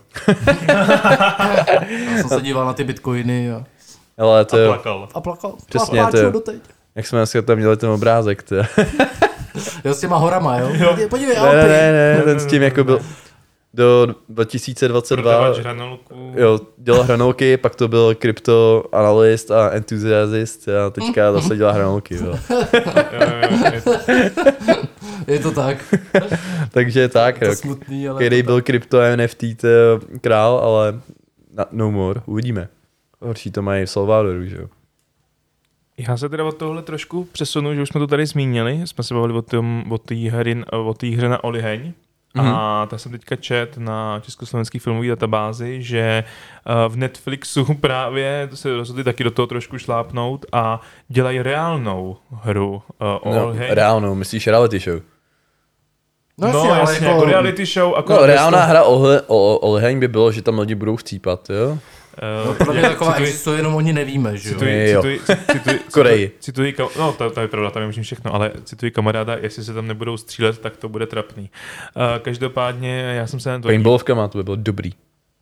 Speaker 5: Já jsem se díval na ty bitcoiny a,
Speaker 3: Ale to
Speaker 4: A
Speaker 3: je,
Speaker 4: plakal.
Speaker 5: a plakal.
Speaker 3: Přesně,
Speaker 5: a
Speaker 3: to je-
Speaker 5: pláču doteď.
Speaker 3: jak jsme dneska tam měli ten obrázek, to.
Speaker 5: Jo, s těma horama, jo? Podívej, podívej,
Speaker 3: Ne, ne, ne, ne, ten s tím jako byl do dva tisíce dvacet dva,
Speaker 4: Prodavač hranolku.
Speaker 3: jo, dělal hranolky, pak to byl kryptoanalyst a entuziast a teďka zase dělá hranolky, jo.
Speaker 4: Jo, jo, jo.
Speaker 5: Je to tak.
Speaker 3: Takže tak,
Speaker 5: Je to
Speaker 3: jo.
Speaker 5: smutný, ale...
Speaker 3: Který
Speaker 5: je to
Speaker 3: byl krypto N F T to je král, ale na- no more, uvidíme. Horší to mají v Salvadoru, že jo.
Speaker 4: Já se teda od tohle trošku přesunu, že už jsme to tady zmínili, jsme se bavili o tom, o té hry, o té hře na Oliheň.
Speaker 3: Mhm.
Speaker 4: A tak jsem teďka čet na československý filmový databázi, že uh, v Netflixu právě se rozhodli taky do toho trošku šlápnout a dělají reálnou hru uh, o
Speaker 3: No,
Speaker 4: Oliheň.
Speaker 3: reálnou, myslíš reality show?
Speaker 5: No,
Speaker 4: No,
Speaker 5: jasně,
Speaker 4: no
Speaker 5: ale
Speaker 4: jasně, jako,
Speaker 5: jako...
Speaker 4: reality show.
Speaker 3: No,
Speaker 4: Akorát
Speaker 3: reálná
Speaker 4: to...
Speaker 3: hra o, o, o Oliheň by bylo, že tam lidi budou chcípat, jo?
Speaker 5: No, podle mě taková existuje, jenom oni nevíme, že jo?
Speaker 3: Cituji,
Speaker 4: Cituji, cituji,
Speaker 3: Koreji.
Speaker 4: cituji, cituji, no to, to je pravda, tam je možná všechno, ale cituji kamaráda, jestli se tam nebudou střílet, tak to bude trapný. Uh, každopádně, já jsem se na to...
Speaker 3: Paintballovkama, to by bylo dobrý.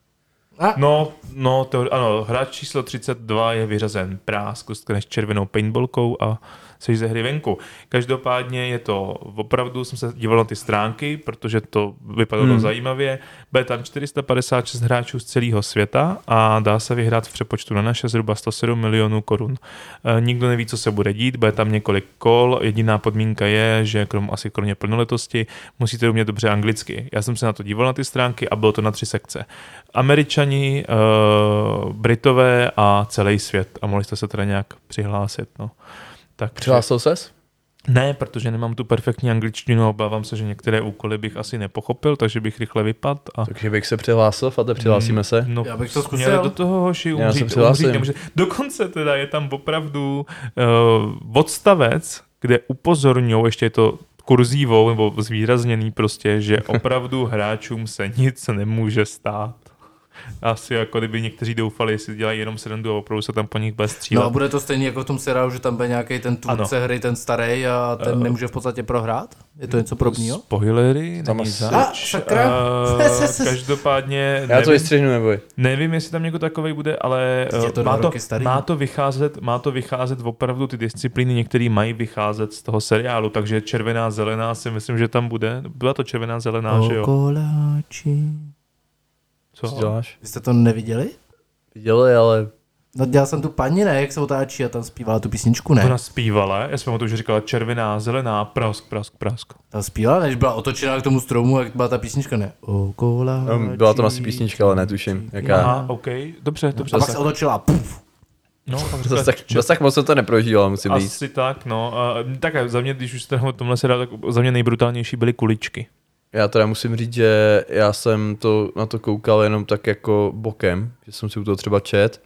Speaker 4: No, no to, ano, hráč číslo třicet dva je vyřazen. Prásk, dostaneš červenou paintballkou a jsi ze hry venku. Každopádně je to, opravdu jsem se díval na ty stránky, protože to vypadalo hmm. zajímavě. Bude tam čtyři sta padesát šest hráčů z celého světa a dá se vyhrát v přepočtu na naše zhruba sto sedm milionů korun. E, nikdo neví, co se bude dít, bude tam několik kol. Jediná podmínka je, že krom, asi kromě plnoletosti musíte umět dobře anglicky. Já jsem se na to díval na ty stránky a bylo to na tři sekce. Američani, e, Britové a celý svět. A mohli jste se teda nějak přihlásit. No. Tak,
Speaker 3: Přihlásil ses?
Speaker 4: Ne, protože nemám tu perfektní angličtinu a obávám se, že některé úkoly bych asi nepochopil, takže bych rychle vypadl. A...
Speaker 3: Takže bych se přihlásil, Fate, přihlásíme se.
Speaker 4: No,
Speaker 5: já bych to zkusil.
Speaker 4: Do toho, hoši, umřít,
Speaker 3: já jsem přihlásil.
Speaker 4: umřít, dokonce teda je tam opravdu uh, odstavec, kde upozorňují, ještě je to kurzívou nebo zvýrazněný prostě, že opravdu hráčům se nic nemůže stát. Asi jako kdyby někteří doufali, jestli dělají jenom srandu a opravdu se tam po nich bude střílet.
Speaker 5: No a bude to stejně jako v tom seriálu, že tam bude nějaký ten tvůrce ano. hry, ten starý a ten uh, nemůže v podstatě prohrát? Je to něco podobného?
Speaker 4: Spoilery,
Speaker 3: tam
Speaker 4: není
Speaker 3: asi...
Speaker 5: A, sakra.
Speaker 4: Uh, každopádně...
Speaker 3: Já to vystřihnu, neboj.
Speaker 4: Nevím, jestli tam někdo takovej bude, ale
Speaker 5: to
Speaker 4: má, to,
Speaker 5: starý,
Speaker 4: má, to vycházet, má to vycházet opravdu, ty disciplíny některý mají vycházet z toho seriálu, takže červená, zelená si myslím, že tam bude. Byla to červená, zelená, že jo?
Speaker 5: Koláči.
Speaker 3: Co děláš?
Speaker 5: Vy jste to neviděli?
Speaker 3: Viděli, ale...
Speaker 5: No dělal jsem tu paní, ne, jak se otáčí a tam zpívala tu písničku, ne?
Speaker 4: Ona zpívala, já jsem o tom, že říkala červená, zelená, prask, prask, prask.
Speaker 5: Tam zpívala, než byla otočená k tomu stromu, jak byla ta písnička, ne? O koláči.
Speaker 3: No, byla tam asi písnička, ale netuším, jaká.
Speaker 4: Aha, ok, dobře, dobře.
Speaker 5: A pak se otočila, puf.
Speaker 4: No,
Speaker 3: zase tak, čer... tak moc jsem to neprožíval, musím říct.
Speaker 4: Asi tak, no. Uh, tak za mě, když už jste o tomhle se dá, tak za mě nejbrutálnější byly kuličky.
Speaker 3: Já teda musím říct, že já jsem to na to koukal jenom tak jako bokem, že jsem si u toho třeba čet.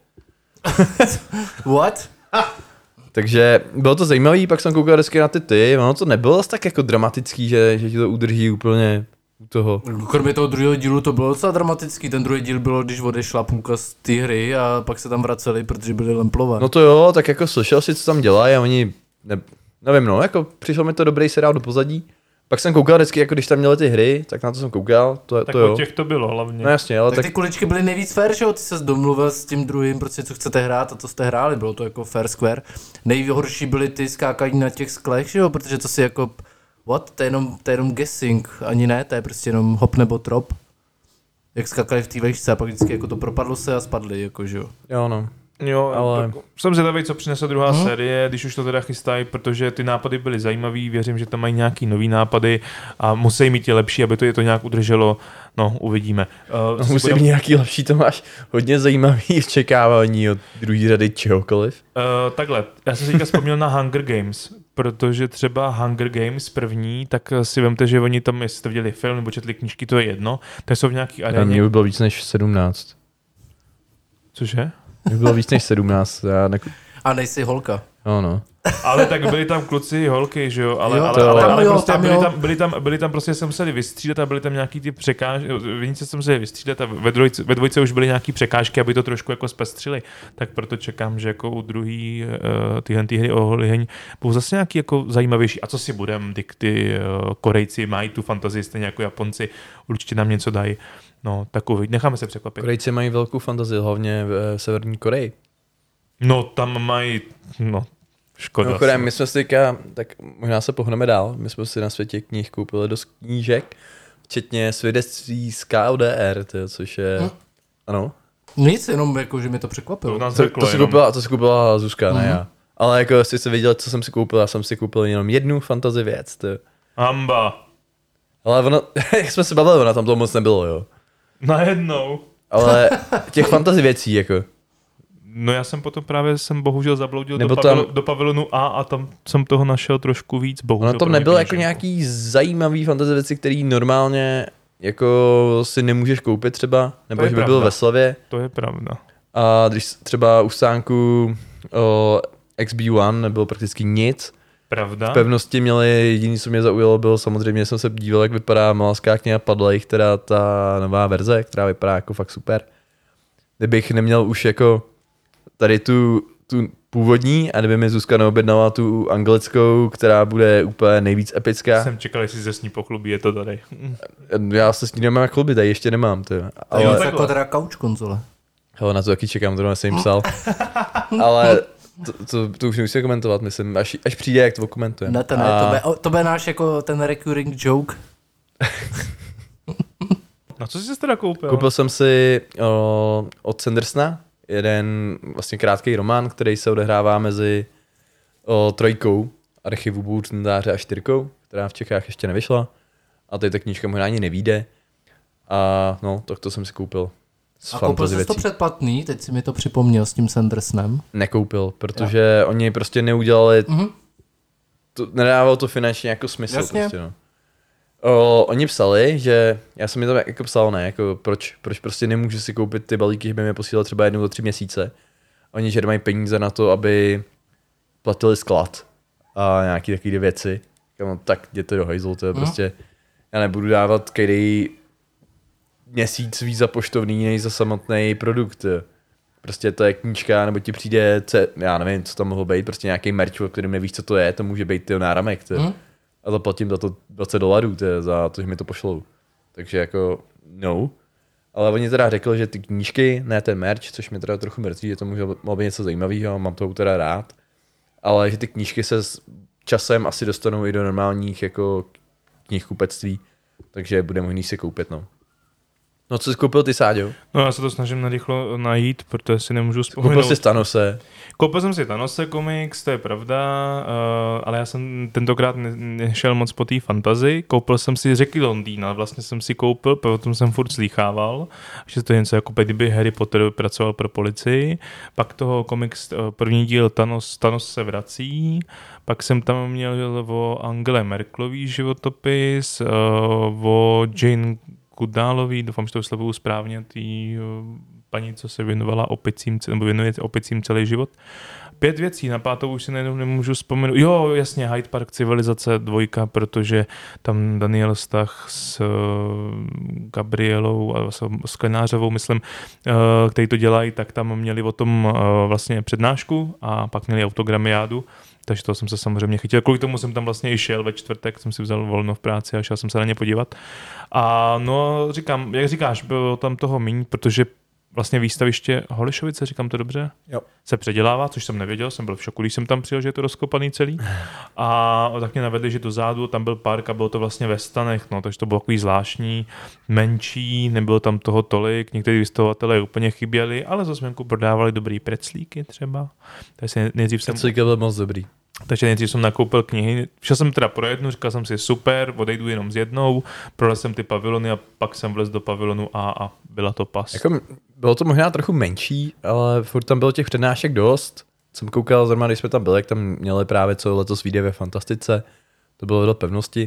Speaker 5: What?
Speaker 3: Takže bylo to zajímavý, pak jsem koukal vždycky na ty ty, ono to nebylo asi tak jako dramatický, že, že ti to udrží úplně u toho.
Speaker 5: Kromě toho druhého dílu to bylo docela dramatický, ten druhý díl bylo, když odešla půlka z té hry a pak se tam vraceli, protože byli lemplovat.
Speaker 3: No to jo, tak jako slyšel si, co tam dělají a oni, ne, nevím no, jako přišel mi to dobrý seriál do pozadí. Pak jsem koukal vždycky, jako když tam měly ty hry, tak na to jsem koukal, to,
Speaker 4: tak
Speaker 3: to jo.
Speaker 4: Tak těch to bylo hlavně.
Speaker 3: No jasně, ale
Speaker 5: tak,
Speaker 3: tak...
Speaker 5: ty kuličky byly nejvíc fair, že jo? Ty se domluvil s tím druhým, prostě co chcete hrát a to jste hráli, bylo to jako fair square. Nejhorší byly ty skákání na těch sklech, že jo? Protože to si jako, what? To je jenom, to je jenom guessing, ani ne, to je prostě jenom hop nebo drop. Jak skákali v té vejšce a pak vždycky jako to propadlo se a spadli, jako že jo.
Speaker 3: Jo no.
Speaker 4: Jo,
Speaker 3: ale...
Speaker 4: tak jsem zvědavý, co přinese druhá
Speaker 5: hmm.
Speaker 4: série, když už to teda chystají, protože ty nápady byly zajímavý, věřím, že tam mají nějaký nový nápady a musí mít je lepší, aby to je to nějak udrželo, no uvidíme. Uh,
Speaker 3: no, musí
Speaker 4: budem...
Speaker 3: být nějaký lepší, to máš hodně zajímavý očekávání od druhé řady čehokoliv.
Speaker 4: Uh, takhle, já jsem si teďka vzpomněl na Hunger Games, protože třeba Hunger Games první, tak si vemte, že oni tam, jestli jste viděli film nebo četli knížky, to je jedno, tak jsou v nějaký aréně.
Speaker 3: Mně by bylo víc než sedmnáct.
Speaker 4: Cože?
Speaker 3: Mně bylo víc než sedmnáct. Já ne...
Speaker 5: A nejsi holka.
Speaker 3: No, no.
Speaker 4: Ale tak byli tam kluci, holky, že jo, ale,
Speaker 5: jo,
Speaker 4: ale,
Speaker 3: to,
Speaker 4: ale, ale
Speaker 5: jo,
Speaker 4: prostě
Speaker 5: tam
Speaker 4: byli
Speaker 5: jo.
Speaker 4: tam, byli tam, byli tam prostě se museli vystřídat a byly tam nějaký ty překážky, vinice se museli vystřídat a ve dvojce, ve dvojce už byly nějaký překážky, aby to trošku jako zpestřili, tak proto čekám, že jako u druhý uh, tyhle ty hry o liheň budou zase nějaký jako zajímavější. A co si budem, ty, ty uh, Korejci mají tu fantazii stejně jako Japonci, určitě nám něco dají. No, takový, necháme se překvapit.
Speaker 3: Korejci mají velkou fantazii, hlavně v Severní Koreji.
Speaker 4: No, tam mají, no, škoda.
Speaker 3: No, chodem, my jsme si teďka, tak možná se pohneme dál, my jsme si na Světě knih koupili dost knížek, včetně svědectví z K O D R, tyjo, což je, hm? ano.
Speaker 5: Nic, jenom jako, že mě to překvapilo.
Speaker 4: To,
Speaker 3: to, to, si koupila, to si koupila Zuzka, mm-hmm. ne já. Ale jako jestli jsi viděl, co jsem si koupil, já jsem si koupil jenom jednu fantasy věc, tyjo.
Speaker 4: Hamba.
Speaker 3: Ale ono, jak jsme se bavili, ona tam toho moc nebylo, jo.
Speaker 4: Najednou.
Speaker 3: Ale těch fantasy věcí, jako.
Speaker 4: No já jsem potom právě jsem bohužel zabloudil
Speaker 3: Nebo
Speaker 4: do,
Speaker 3: tam...
Speaker 4: pavilu, do pavilonu A a tam jsem toho našel trošku víc, bohužel.
Speaker 3: Ono tam nebylo jako nějaký zajímavý fantasy věci, který normálně jako si nemůžeš koupit třeba, nebo že by byl ve slevě.
Speaker 4: To je pravda.
Speaker 3: A když třeba u stánku o X B jedna nebylo prakticky nic.
Speaker 4: Pravda.
Speaker 3: V pevnosti měli, jediný, co mě zaujalo, bylo samozřejmě, jsem se díval, jak vypadá Malaská kniha Padlejch, teda ta nová verze, která vypadá jako fakt super. kdybych neměl už jako tady tu, tu původní a kdyby mi Zuzka neobjednala tu anglickou, která bude úplně nejvíc epická.
Speaker 4: Jsem čekal, jestli se s ní pochlubí, je to tady.
Speaker 3: Já se s ní nemám jak chlubit, tady ještě nemám. To.
Speaker 5: Ale...
Speaker 3: Ale
Speaker 5: To je jako teda couch konzole.
Speaker 3: hele, na to taky čekám, to jsem jim psal. Ale to, to, to už nemusím komentovat, myslím, až, až přijde, jak to komentujeme.
Speaker 5: Ne, to ne, to, bude, to bude náš jako ten recurring joke.
Speaker 4: No co jsi se teda koupil?
Speaker 3: Koupil jsem si o, od Sandersona jeden vlastně krátký román, který se odehrává mezi o, trojkou archivu Bůrcndáře a čtyřkou, která v Čechách ještě nevyšla. A tady ta knížka možná ani nevíde. A no, tak to jsem si koupil.
Speaker 5: A koupil jsi to předplatný, teď si mi to připomněl s tím Sandersonem.
Speaker 3: Nekoupil, protože jo. Oni prostě neudělali,
Speaker 5: Mm-hmm.
Speaker 3: to, nedávalo to finančně jako smysl.
Speaker 5: Jasně.
Speaker 3: Prostě, no. O, oni psali, že, já jsem mi to jako psal, ne, jako proč, proč prostě nemůžu si koupit ty balíky, že by mi posílal třeba jednou za tři měsíce. Oni, že nemají peníze na to, aby platili sklad a nějaký takový věci. No, tak jděte do hajzlu, to je
Speaker 5: Mm.
Speaker 3: prostě, já nebudu dávat každý měsíc víc za poštovný, než za samotný produkt. Prostě to je knížka, nebo ti přijde, ce, já nevím, co tam mohlo být, prostě nějaký merch, o kterém nevíš, co to je, to může být tyho náramek. Tyjo.
Speaker 5: Mm.
Speaker 3: A zaplatím za to dvacet dolarů tyjo, za to, že mi to pošlou. Takže jako no. Ale oni teda řekli, že ty knížky, ne ten merch, což mě teda trochu mrzí, že to může být něco zajímavého, mám to teda rád. Ale že ty knížky se s časem asi dostanou i do normálních jako knihkupectví, takže bude možný si koupit, no. No co jsi koupil ty, Sáďo?
Speaker 4: No já se to snažím narychlo najít, protože si nemůžu vzpomenout.
Speaker 3: Koupil jsi Thanose.
Speaker 4: Koupil jsem si Thanose komiks, to je pravda, uh, ale já jsem tentokrát ne- nešel moc po té fantazii. Koupil jsem si Řeky Londýna, vlastně jsem si koupil, potom jsem furt slýchával, že to je něco jako kdyby Harry Potter pracoval pro policii. Pak toho komiks, uh, první díl Thanos, Thanos se vrací, pak jsem tam měl o Angele Merkelový životopis, uh, o Jane Goodalový, doufám, že to vyslovuju správně, tý uh, paní, co se věnovala opicím, nebo věnuje opicím celý život. Pět věcí, na pátou už si najednou nemůžu vzpomenout. Jo, jasně, Hyde Park Civilizace dvojka, protože tam Daniel Stach s uh, Gabrielou a s Sklenářovou, myslím, uh, který to dělají, tak tam měli o tom uh, vlastně přednášku a pak měli autogramiádu. Takže to jsem se samozřejmě chytil. Kvůli tomu jsem tam vlastně i šel ve čtvrtek, jsem si vzal volno v práci a šel jsem se na ně podívat. A no, říkám, jak říkáš, bylo tam toho míň, protože vlastně výstaviště Holišovice, říkám to dobře,
Speaker 3: Jo.
Speaker 4: se předělává, což jsem nevěděl, jsem byl v šoku, když jsem tam přijel, že je to rozkopaný celý. A tak mě navedli, že dozadu tam byl park a bylo to vlastně ve stanech, no, takže to bylo takový zvláštní, menší, nebylo tam toho tolik, někteří vystavovatelé úplně chyběli, ale za směnku prodávali dobrý preclíky třeba. Takže nejdřív jsem...
Speaker 3: Preclíky byl moc dobrý.
Speaker 4: Takže nejdřív jsem nakoupil knihy, šel jsem teda pro jednu, říkal jsem si super, odejdu jenom s jednou, prodal jsem ty pavilony a pak jsem vlez do pavilonu A a byla to pas.
Speaker 3: Jako, bylo to možná trochu menší, ale furt tam bylo těch přednášek dost. Jsem koukal zrovna, když jsme tam byli, jak tam měli právě co letos vyjde ve Fantastice, to bylo do pevnosti.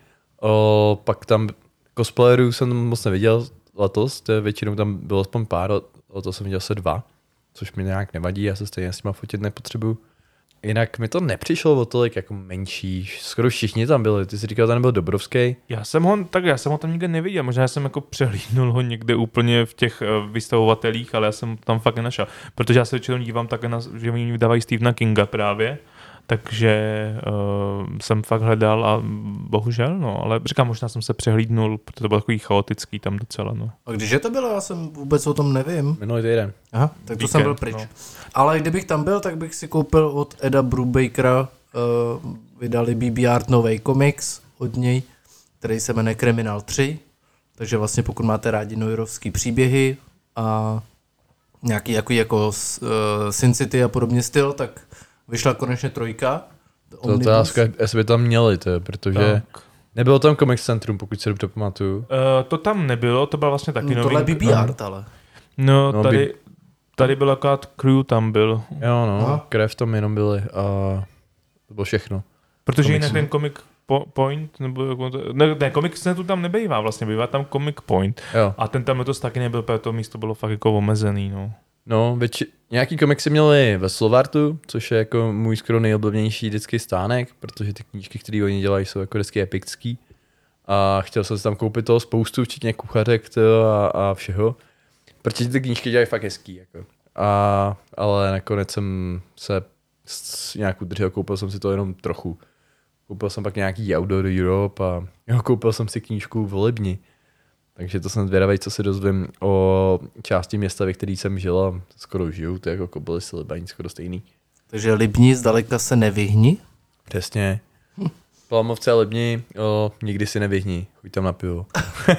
Speaker 3: O, pak tam cosplayerů jsem moc neviděl letos, to je většinou tam bylo aspoň pár, letos jsem viděl se dva, což mi nějak nevadí, já se stejně s nima fotit nepotřebuju. Jinak mi to nepřišlo o tolik jako menší, skoro všichni tam byli, ty jsi říkal, že tam byl Dobrovský.
Speaker 4: Já jsem ho, tak já jsem ho tam nikde neviděl, možná jsem jako přehlídnul ho někde úplně v těch uh, vystavovatelích, ale já jsem tam fakt nenašel, protože já se většinou dívám také na, že oni vydávají Stephena Kinga právě, takže uh, jsem fakt hledal a bohužel, no, ale říkám, možná jsem se přehlídnul, protože to bylo takový chaotický tam docela, no.
Speaker 5: A když je to bylo, já jsem vůbec o tom nevím.
Speaker 3: Minulý týden.
Speaker 5: Aha, tak to
Speaker 4: Víkend,
Speaker 5: jsem byl pryč.
Speaker 4: no.
Speaker 5: Ale kdybych tam byl, tak bych si koupil od Eda Brubakera, uh, vydali B B Art nový komiks od něj, který se jmenuje Kriminál tři, takže vlastně pokud máte rádi neurovský příběhy a nějaký jako, jako uh, Sin City a podobně styl, tak vyšla konečně trojka.
Speaker 3: To je otázka, jestli by tam měli to, protože
Speaker 4: Tak.
Speaker 3: nebylo tam Comic Centrum, pokud se dobře pamatuju.
Speaker 4: Uh, to tam nebylo, to byla vlastně taky
Speaker 5: No, tohle je
Speaker 4: novinka.
Speaker 5: B B Art, ale.
Speaker 4: No,
Speaker 3: No,
Speaker 4: tady,
Speaker 3: by-
Speaker 4: tady byl akorát Crew tam byl,
Speaker 3: Jo no,
Speaker 5: Aha.
Speaker 3: krev tam jenom byly a to bylo všechno.
Speaker 4: protože
Speaker 3: Komiksu.
Speaker 4: jinak ten Comic po, Point, nebo jako to, ne, ne, Comic Centru tam nebejvá vlastně, bývá tam Comic Point.
Speaker 3: Jo.
Speaker 4: A ten tam letos taky nebyl, protože to místo bylo fakt jako omezený, no.
Speaker 3: No, větši- nějaký komiksy měli ve Slovartu, což je jako můj skoro nejoblíbenější vždycky stánek, protože ty knížky, které oni dělají, jsou jako vždycky epický. A chtěl jsem si tam koupit toho spoustu, včetně kuchařek to a, a všeho. protože ty knížky dělají fakt hezký, jako. A, ale nakonec jsem se s, nějak udržel, koupil jsem si to jenom trochu. Koupil jsem pak nějaký Outdoor Europe a jo, koupil jsem si knížku Volební. Takže to jsem zvědavý, co se dozvím o části města, ve který jsem žil a skoro žiju, to je jako Kobylisy, Libaň, skoro stejný.
Speaker 5: Takže Libni zdaleka se nevyhni?
Speaker 3: Přesně. Hm. Plamovce a Libni, o, nikdy si nevyhni, chuť tam na pivo.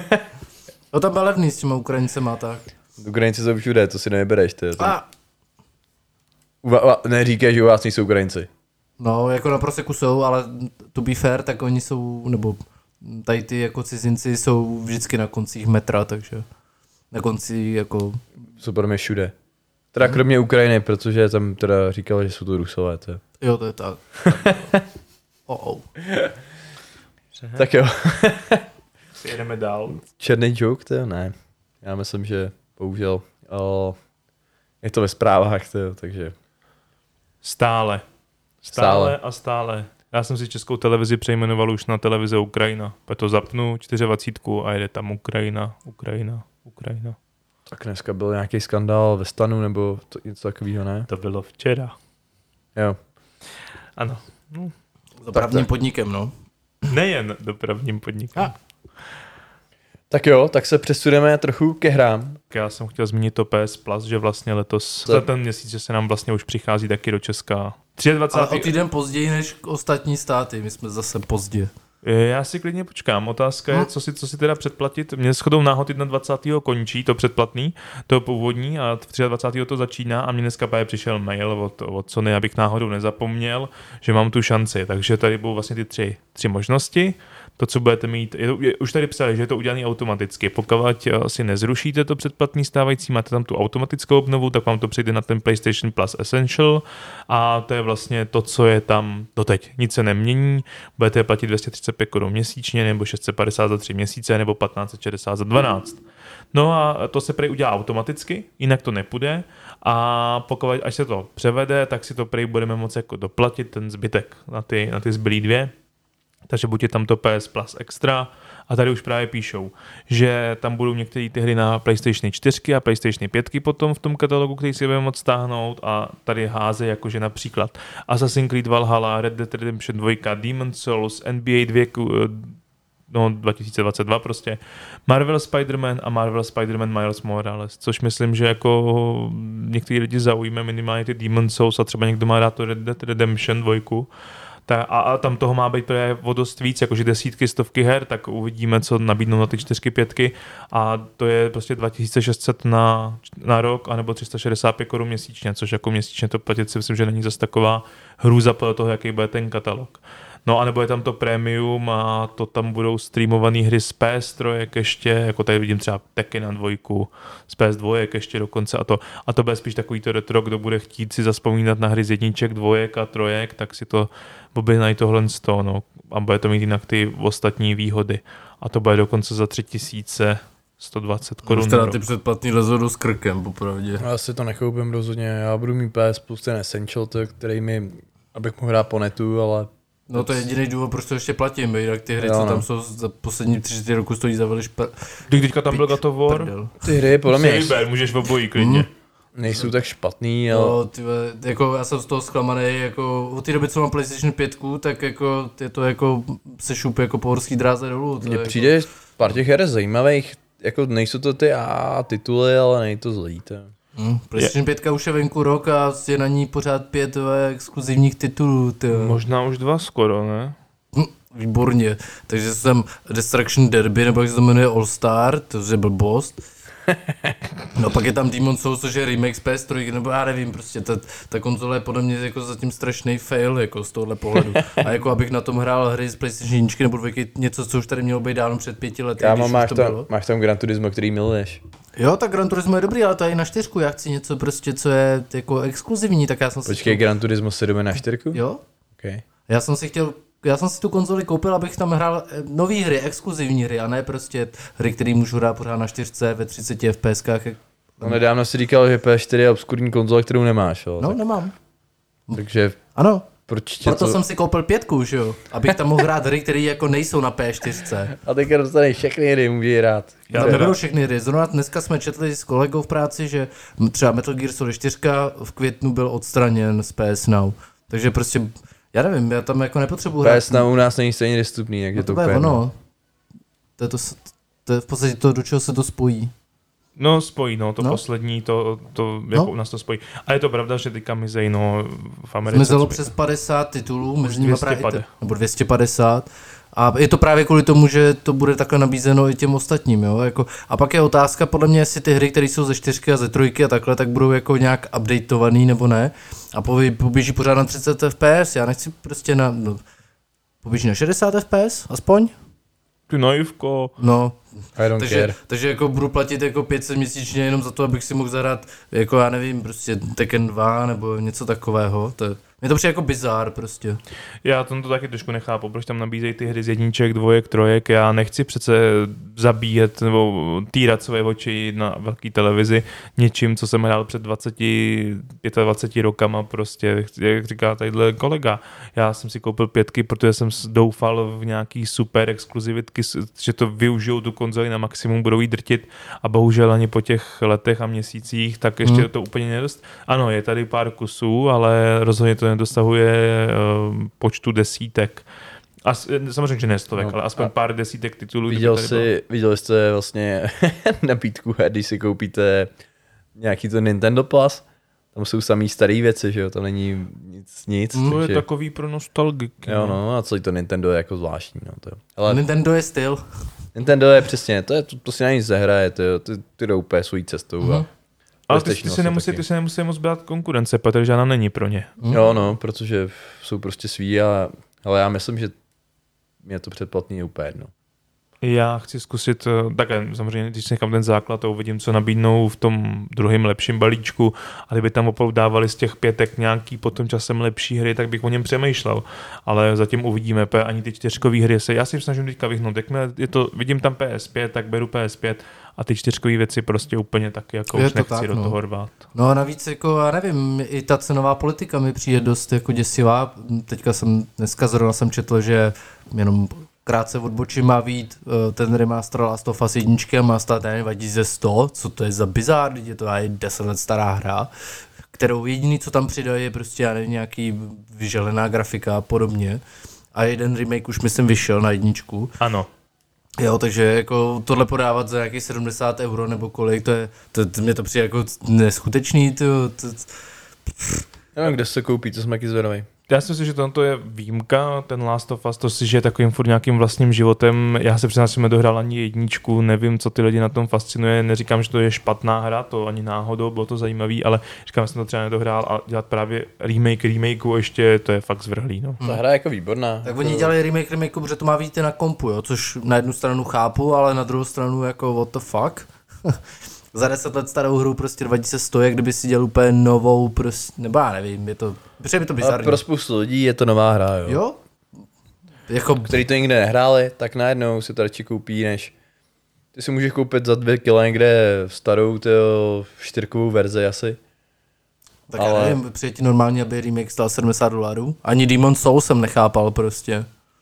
Speaker 5: No tam byl levný s těma Ukrajincema, tak.
Speaker 3: Ukrajinci jsou všude, to si nevybereš. Ty,
Speaker 5: A...
Speaker 3: Neříkej, že u vás nejsou Ukrajinci.
Speaker 5: No, jako na Proseku jsou, ale to be fair, tak oni jsou, nebo tady ty jako cizinci jsou vždycky na koncích metra, takže na konci jako...
Speaker 3: Jsou pro mě všude. Teda hmm. kromě Ukrajiny, protože tam teda říkala, že jsou to Rusové. To.
Speaker 5: Jo, to je tak. oh, oh.
Speaker 3: Tak jo.
Speaker 4: Si jedeme dál.
Speaker 3: Černý joke, to ne. Já myslím, že bohužel o, je to ve zprávách, to, takže...
Speaker 4: Stále. Stále. Stále a stále. Já jsem si Českou televizi přejmenoval už na televize Ukrajina. Proto zapnu dvacet čtyři a jede tam Ukrajina, Ukrajina, Ukrajina.
Speaker 3: Tak dneska byl nějaký skandál ve stanu nebo to, něco takového, ne?
Speaker 4: To bylo včera.
Speaker 3: Jo.
Speaker 4: Ano. No.
Speaker 5: Dopravním podnikem, no.
Speaker 4: Nejen dopravním podnikem.
Speaker 5: A.
Speaker 3: Tak jo, tak se přesuneme trochu ke hrám.
Speaker 4: Já jsem chtěl zmínit to P S Plus, že vlastně letos,
Speaker 3: to...
Speaker 4: za ten měsíc, že se nám vlastně už přichází taky do Česka. dvacátého třetího
Speaker 5: Ale o týden později než ostatní státy, my jsme zase pozdě.
Speaker 4: Já si klidně počkám. Otázka je, co si, co si teda předplatit. Mně shodou náhod dvacátého prvního končí to předplatný, to původní a dvacátého třetího to začíná a mě dneska právě přišel mail od, od Sony, abych náhodou nezapomněl, že mám tu šanci. Takže tady budou vlastně ty tři, tři možnosti. To, co budete mít, je to, je, už tady psali, že je to udělané automaticky. Pokud si nezrušíte to předplatný stávající, máte tam tu automatickou obnovu, tak vám to přijde na ten PlayStation Plus Essential a to je vlastně to, co je tam doteď. Nic se nemění, budete platit dvě stě třicet pět korun měsíčně, nebo šest set padesát za tři měsíce, nebo patnáct set šedesát za dvanáct. No a to se prej udělá automaticky, jinak to nepůjde a pokud až se to převede, tak si to prej budeme moci jako doplatit ten zbytek na ty, na ty zbylý dvě. Takže buď je tam to P S Plus Extra a tady už právě píšou, že tam budou některé ty hry na PlayStation čtyři a PlayStation pět potom v tom katalogu, který si budeme moct stáhnout a tady háze jakože například Assassin's Creed Valhalla, Red Dead Redemption dva, Demon's Souls, N B A dva, no dva tisíce dvacet dva prostě, Marvel Spider-Man a Marvel Spider-Man Miles Morales, což myslím, že jako některý lidi zaujíme minimálně ty Demon's Souls a třeba někdo má rád to Red Dead Redemption dva. Ta, a, a tam toho má být právě o dost víc, jakože desítky, stovky her, tak uvidíme, co nabídnou na ty čtyřky, pětky a to je prostě dva tisíce šest set na, na rok, anebo tři sta šedesát pět korun měsíčně, což jako měsíčně to platit si myslím, že není zase taková hrůza podle toho, jaký bude ten katalog. No a nebo je tam to premium a to tam budou streamované hry z P S tři ještě, jako tady vidím třeba Tekken na dvojku, z P S dva ještě dokonce a to, a to bude spíš takový to retro, kdo bude chtít si zaspomínat na hry z jedniček, dvojek a trojek, tak si to objednají tohle z toho, no, a bude to mít jinak ty ostatní výhody a to bude dokonce za tři tisíce sto dvacet korun.
Speaker 5: Už teda ty předplatný rozhodu s krkem, popravdě.
Speaker 3: Já si to nekoupím rozhodně, já budu mít P S Plus ten Essential, to, který mi, abych mohl hrát po netu, ale...
Speaker 5: No to je jediný důvod, proč to ještě platím, jinak ty hry,
Speaker 3: jo,
Speaker 5: co
Speaker 3: no.
Speaker 5: tam jsou za poslední tři čtyři roku stojí za veliš per...
Speaker 4: Když teďka tam byl God of War,
Speaker 3: ty hry podle mě
Speaker 4: nejber, můžeš v obojí klidně.
Speaker 3: Hmm. Nejsou tak špatný, ale...
Speaker 5: No, tyhle, jako já jsem z toho zklamaný, jako od té doby, co mám PlayStation pět, tak jako je to jako se šupe jako po horský dráze dolů.
Speaker 3: Mně
Speaker 5: jako...
Speaker 3: přijde pár těch her zajímavých, jako nejsou to ty A tituly, ale nej to zlý. To.
Speaker 5: Hmm, PlayStation pět už je venku rok a je na ní pořád pět exkluzivních titulů. Tyhle.
Speaker 4: Možná už dva skoro, ne?
Speaker 5: Hm, výborně, takže jsem Destruction Derby, nebo jak se to jmenuje All Star, to je blbost. No pak je tam Demon's Souls, což je remake z P S tři, nebo já nevím, prostě ta, ta konzole je podle mě jako zatím strašný fail, jako z tohohle pohledu. A jako abych na tom hrál hry z PlayStation jedna nebo dvojky, něco, co už tady mělo být dávno před pěti lety.
Speaker 3: Já mám, máš,
Speaker 5: to
Speaker 3: tam,
Speaker 5: bylo.
Speaker 3: máš tam Gran Turismo, který miluješ.
Speaker 5: Jo, tak Gran Turismo je dobrý, ale to je i na čtyřku, já chci něco prostě, co je jako exkluzivní, tak já jsem si...
Speaker 3: Počkej, chtěl... Gran Turismo sedm je na čtyřku?
Speaker 5: Jo.
Speaker 3: Okay.
Speaker 5: Já jsem si chtěl... Já jsem si tu konzoli koupil, abych tam hrál nové hry, exkluzivní hry, a ne prostě hry, které můžu hrát pořád na čtyřce ve třiceti F P S kách.
Speaker 3: No nedávno si říkal, že P S čtyři je obskurní konzole, kterou nemáš, jo?
Speaker 5: No,
Speaker 3: tak...
Speaker 5: nemám.
Speaker 3: Takže...
Speaker 5: Ano,
Speaker 3: Proč tě
Speaker 5: Proto
Speaker 3: to...
Speaker 5: jsem si koupil pětku, že jo? Abych tam mohl hrát hry, které jako nejsou na P čtyři.
Speaker 3: A teďka dostaneš všechny hry, můžeš hrát.
Speaker 5: Já tam nebudou všechny hry. Zrovna dneska jsme četli s kolegou v práci, že třeba Metal Gear Solid čtyři v květnu byl odstraněn z P S Now. Takže prostě, já nevím, já tam jako nepotřebuji hrát.
Speaker 3: P S Now u nás není stejně dostupný, jak
Speaker 5: no
Speaker 3: je to
Speaker 5: to
Speaker 3: úplně.
Speaker 5: ono. To je, to, to je v podstatě to, do čeho se to spojí.
Speaker 4: No spojí, no, to
Speaker 5: No.
Speaker 4: poslední, to, to jako
Speaker 5: No.
Speaker 4: u nás to spojí. A je to pravda, že teďka mizej, no, v Americe.
Speaker 5: Zmizelo
Speaker 4: co-
Speaker 5: přes padesát titulů, mezi nimi
Speaker 4: dvě stě
Speaker 5: právě,
Speaker 4: padesát.
Speaker 5: i to- nebo dvě stě padesát. A je to právě kvůli tomu, že to bude takhle nabízeno i těm ostatním, jo? Jako, a pak je otázka, podle mě, jestli ty hry, které jsou ze čtyřky a ze trojky a takhle, tak budou jako nějak updateovaný nebo ne. A pobě- poběží pořád na třicet F P S, já nechci prostě na, no, poběží na šedesát F P S, aspoň?
Speaker 4: Ty naivko.
Speaker 5: No,
Speaker 3: I don't
Speaker 5: takže,
Speaker 3: care.
Speaker 5: takže jako budu platit jako pět set měsíčně jenom za to, abych si mohl zahrát, jako já nevím, prostě Tekken dva nebo něco takového. To je, mě to přijde jako bizár prostě.
Speaker 4: Já tom to taky trošku nechápu, proč tam nabízejí ty hry z jedniček, dvojek, trojek. Já nechci přece zabíjet nebo týrat své oči na velké televizi něčím, co jsem hrál před dvacet, dvacet pět rokama prostě, jak říká tadyhle kolega. Já jsem si koupil pětky, protože jsem doufal v nějaký super exkluzivitky, že to využijou tu konzoli na maximum, budou jí drtit a bohužel ani po těch letech a měsících, tak ještě hmm. to úplně nedost. Ano, je tady pár kusů, ale rozhodně to nedosahuje uh, počtu desítek. A samozřejmě, že ne stovek, no, ale aspoň pár desítek titulů.
Speaker 3: Viděl jsi, viděli jste vlastně nabídku, když si koupíte nějaký to Nintendo Plus, tam jsou samý staré věci, že jo, tam není nic, nic.
Speaker 4: To
Speaker 3: takže...
Speaker 4: je takový pro nostalgiky.
Speaker 3: Jo, no, a celý to Nintendo je jako zvláštní, no, to jo. Ale
Speaker 5: Nintendo je styl.
Speaker 3: Nintendo je přesně, to, je, to, to si na nic zahraje, to, ty, ty jdou úplně svojí cestou. Mm-hmm. A
Speaker 4: ale ty, ty, si nemusí, ty si nemusí moc brát konkurence, protože žádná není pro ně.
Speaker 3: Mm. Jo, no, protože jsou prostě sví, a, ale já myslím, že mě to předplatný je úplně jedno.
Speaker 4: Já chci zkusit, také samozřejmě, když si nechám ten základ a uvidím, co nabídnou v tom druhém lepším balíčku, a kdyby tam opravdu dávali z těch pětek nějaký potom časem lepší hry, tak bych o něm přemýšlel. Ale zatím uvidíme, ani ty čtyřkové hry se, já si snažím teďka vyhnout, jakmile je to, vidím tam P S pět, tak beru P S pět a ty čtyřkové věci prostě úplně taky, jako
Speaker 5: Je
Speaker 4: už
Speaker 5: to
Speaker 4: nechci
Speaker 5: tak,
Speaker 4: do
Speaker 5: no.
Speaker 4: toho rvát.
Speaker 5: No a navíc, jako, já nevím, i ta cenová politika mi přijde dost jako děsivá. Teďka jsem, dneska zrovna jsem četl, že jenom krátce odbočím, má být uh, ten remaster Last of Us jedničky a má stát nevím, dva tisíce sto, co to je za bizár, je to je deset let stará hra, kterou jediný, co tam přidají, je prostě, já nevím, nějaký vyželená grafika a podobně. A jeden remake už myslím vyšel na jedničku.
Speaker 4: Ano.
Speaker 5: Jo, takže jako tohle podávat za nějakých sedmdesát euro nebo kolik, to je, to, to mě to přijde jako neskutečný, to, to,
Speaker 3: Nevím, kde se koupí, to jsem taky zvědavý.
Speaker 4: Já si myslím, že tohle je výjimka, ten Last of Us, to si žije takovým furt nějakým vlastním životem. Já se přiznám, že jsem nedohrál ani jedničku, nevím, co ty lidi na tom fascinuje, neříkám, že to je špatná hra, to ani náhodou, bylo to zajímavý, ale říkám, že jsem to třeba nedohrál a dělat právě remake remakeu ještě, to je fakt zvrhlý. No.
Speaker 3: Ta hra je jako výborná.
Speaker 5: Tak oni dělali remake remakeu, protože to má vidět na kompu, jo, což na jednu stranu chápu, ale na druhou stranu jako what the fuck. Za deset let starou hru prostě dva tisíce sto, jak kdyby si dělal úplně novou, prostě, nebo já nevím, je to, protože by to bizarní.
Speaker 3: A pro spoustu lidí je to nová hra, jo.
Speaker 5: Jo? Jako...
Speaker 3: Který to nikdy nehráli, tak najednou si to radši koupí, než ty si můžeš koupit za dvě kila někde starou tyjo, čtyřkovou verzi asi.
Speaker 5: Tak
Speaker 3: ale...
Speaker 5: já nevím, přijde ti normálně, aby remake stál sedmdesát dolarů. Ani Demon Souls jsem nechápal prostě.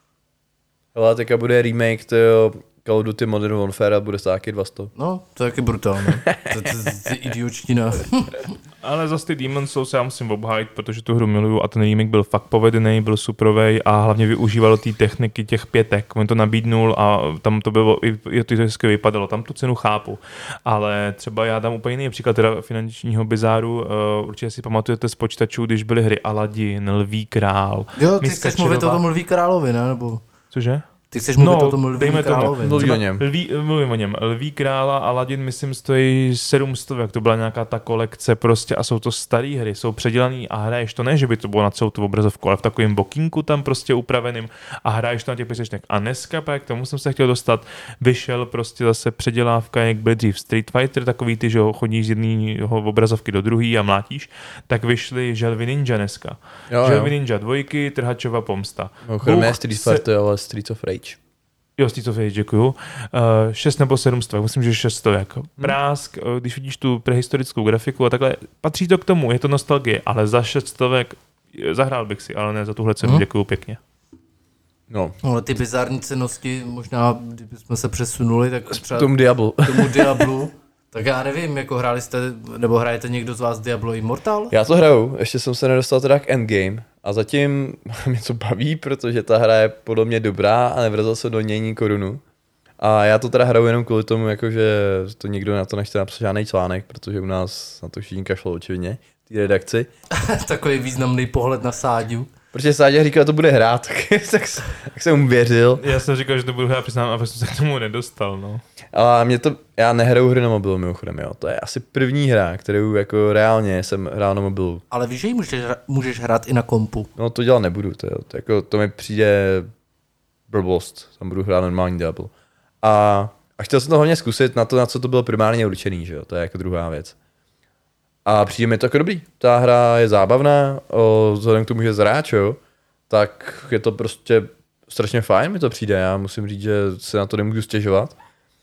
Speaker 3: Ale teďka bude remake tyjo, Call of Duty Modern Warfare a bude stát taky dva sto.
Speaker 5: No, to je taky brutální. To je idiočtina.
Speaker 4: Ale zase ty Demon's Souls já musím obhájit, protože tu hru miluju a ten remake byl fakt povedený, byl superovej a hlavně využíval té techniky těch pětek. On to nabídnul a tam to bylo, i to hezky vypadalo, tam tu cenu chápu. Ale třeba já dám úplně jiný příklad teda finančního bizáru. Uh, určitě si pamatujete z počítačů, když byly hry Aladdin, Lví král.
Speaker 5: Jo, ty
Speaker 4: Miska
Speaker 5: chceš mluvit
Speaker 4: Čerová.
Speaker 5: o tom Lví královi, ne? Nebo...
Speaker 4: Cože?
Speaker 5: Ty chceš mluvit
Speaker 4: No,
Speaker 5: o tom Lví
Speaker 4: dejme tomu.
Speaker 5: královi.
Speaker 3: Mluví o něm.
Speaker 4: Lví, mluvím o něm. Lví krála Aladdin, myslím, stojí sedm set, jak to byla nějaká ta kolekce prostě a jsou to staré hry, jsou předělaný a hraješ to, ne, že by to bylo na celou tu obrazovku, ale v takovém bokínku tam prostě upraveným a hraješ to na těch PlayStationech. A dneska, pak k tomu jsem se chtěl dostat, vyšel prostě zase předělávka, jak byl dřív Street Fighter, takový ty, že ho chodíš z jedného obrazovky do druhý a mlátíš, tak vyšly Želvy Ninja dneska.
Speaker 3: Jo,
Speaker 4: Želvy
Speaker 3: jo.
Speaker 4: Ninja dvojky, Trhačova pomsta.
Speaker 3: Mimochodem ne
Speaker 4: Bůh
Speaker 3: Street
Speaker 4: se-
Speaker 3: Fighter, ale Streets of Rage.
Speaker 4: Jo, Streets of Rage, děkuju. Uh, šest nebo sedm stovek, myslím, že šest stovek. Prásk, uh, když vidíš tu prehistorickou grafiku a takhle, patří to k tomu, je to nostalgie, ale za šest stovek zahrál bych si, ale ne za tuhle cenu,
Speaker 5: Hmm.
Speaker 4: děkuju pěkně.
Speaker 3: No,
Speaker 5: No, ale ty bizarní cennosti, možná kdybychom se přesunuli, tak třeba
Speaker 3: k tomu Diablo.
Speaker 5: k tomu Diablu, tak já nevím, jako hráli jste, nebo hrajete někdo z vás Diablo Immortal?
Speaker 3: Já to hraju, ještě jsem se nedostal teda k endgame a zatím mě to baví, protože ta hra je podle mě dobrá a nevrazil se do něj ní korunu. A já to teda hraju jenom kvůli tomu, jakože to nikdo na to nechce napsat žádný článek, protože u nás na to všichni kašlo očividně, v té redakci.
Speaker 5: Takový významný pohled na Sáďu.
Speaker 3: Protože Sáďa říkal, že to bude hrát, tak, tak, tak jsem mu věřil.
Speaker 4: Já jsem říkal, že to budu hrát, přiznám, a prostě se k tomu nedostal, no.
Speaker 3: A mě to, já nehraju hry na mobilu mimochodem, jo. To je asi první hra, kterou jako reálně jsem hrál na mobilu.
Speaker 5: Ale víš, že ji můžeš, můžeš hrát i na kompu.
Speaker 3: No to dělat nebudu, to, jo. To, jako, to mi přijde blbost, tam budu hrát normální Diablo. A, a chtěl jsem to hlavně zkusit na to, na co to bylo primárně určený, že jo, to je jako druhá věc. A přijde mi to jako dobrý, ta hra je zábavná, o, vzhledem k tomu, že zráč, jo, tak je to prostě strašně fajn, mi to přijde, já musím říct, že se na to nemůžu stěžovat.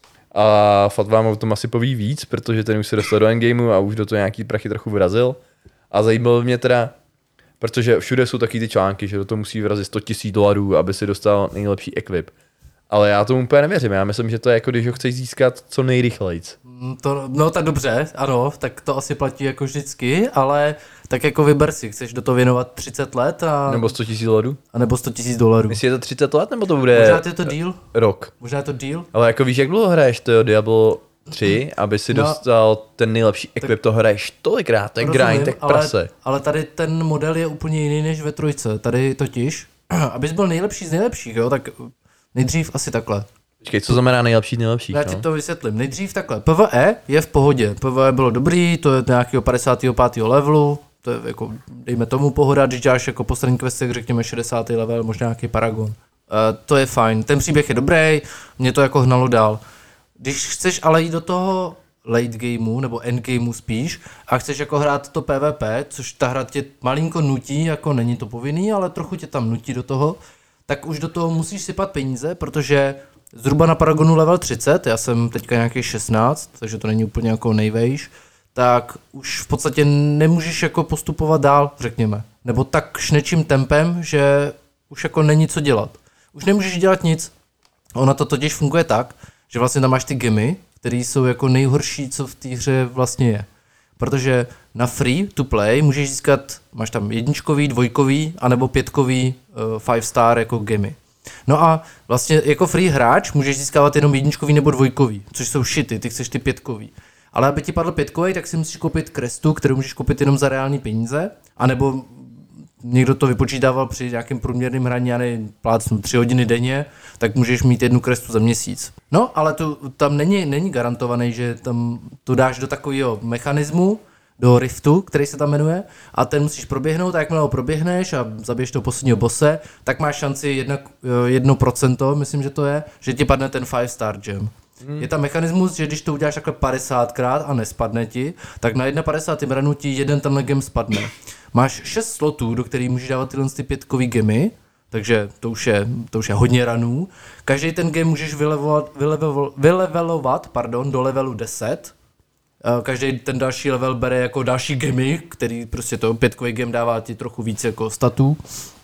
Speaker 3: A Fat vám o tom asi poví víc, protože ten už se dostal do endgameu a už do toho nějaký prachy trochu vrazil. A zajímalo mě teda, protože všude jsou taky ty články, že do toho musí vrazit sto tisíc dolarů, aby si dostal nejlepší equip. Ale já tomu úplně nevěřím, já myslím, že to je jako když ho chceš získat co nejrychlejc.
Speaker 5: To, no tak dobře, ano, tak to asi platí jako vždycky, ale tak jako vyber si, chceš do toho věnovat třicet let a...
Speaker 3: Nebo sto tisíc dolarů?
Speaker 5: A nebo sto tisíc dolarů.
Speaker 3: Myslíš, je to třicet let, nebo to bude
Speaker 5: Možná je to díl?
Speaker 3: rok?
Speaker 5: Možná je to díl?
Speaker 3: Ale jako víš, jak dlouho hraješ to Diablo tři, aby si
Speaker 5: No.
Speaker 3: dostal ten nejlepší equip, to hraješ tolikrát, to je
Speaker 5: Rozumím,
Speaker 3: grind, tak
Speaker 5: ale,
Speaker 3: prase.
Speaker 5: ale tady ten model je úplně jiný než ve trojce. Tady totiž, abys byl nejlepší z nejlepších, jo, tak nejdřív asi takhle.
Speaker 3: Počkej, co znamená nejlepší nejlepší?
Speaker 5: Já ti to vysvětlím. Nejdřív takhle. PvE je v pohodě. PvE bylo dobrý, to je nějakého padesátého pátého levelu, to je jako, dejme tomu pohoda, když děláš jako poslední questek, řekněme šedesátý level, možná nějaký Paragon. Uh, to je fajn. Ten příběh je dobrý, mě to jako hnalo dál. Když chceš ale jít do toho late gameu, nebo end gameu spíš, a chceš jako hrát to PvP, což ta hra tě malinko nutí, jako není to povinný, ale trochu tě tam nutí do toho, tak už do toho musíš sypat peníze, protože zhruba na Paragonu level třicet, já jsem teďka nějaký šestnáct, takže to není úplně jako nejvejš, tak už v podstatě nemůžeš jako postupovat dál, řekněme. Nebo tak šnečím tempem, že už jako není co dělat. Už nemůžeš dělat nic. Ona to totiž funguje tak, že vlastně tam máš ty gemy, které jsou jako nejhorší, co v té hře vlastně je. Protože na free to play můžeš získat, máš tam jedničkový, dvojkový, anebo pětkový uh, five star jako gemy. No a vlastně jako free hráč můžeš získávat jenom jedničkový nebo dvojkový, což jsou shity, ty chceš ty pětkový. Ale aby ti padl pětkový, tak si musíš koupit krestu, kterou můžeš koupit jenom za reální peníze, anebo někdo to vypočítával při nějakém průměrném hraní, já nevím, plácnu tři hodiny denně, tak můžeš mít jednu krestu za měsíc. No, ale to, tam není, není garantovaný, že tam to dáš do takového mechanismu, do riftu, který se tam jmenuje, a ten musíš proběhnout, a jakmile ho proběhneš a zabiješ toho posledního bose, tak máš šanci jedna, jedno procento, myslím, že to je, že ti padne ten five star gem. Hmm. Je tam mechanismus, že když to uděláš takhle padesátkrát a nespadne ti, tak na padesátém ranu ti jeden tenhle gem spadne. Máš šest slotů, do kterých můžeš dávat tyhle ty pětkový gemy, takže to už je, to už je hodně ranů. Každý ten game můžeš vylevelovat, vylevel, vylevelovat pardon, do levelu deset. Každý ten další level bere jako další gemy, který prostě to pětkový game dává ti trochu víc jako statů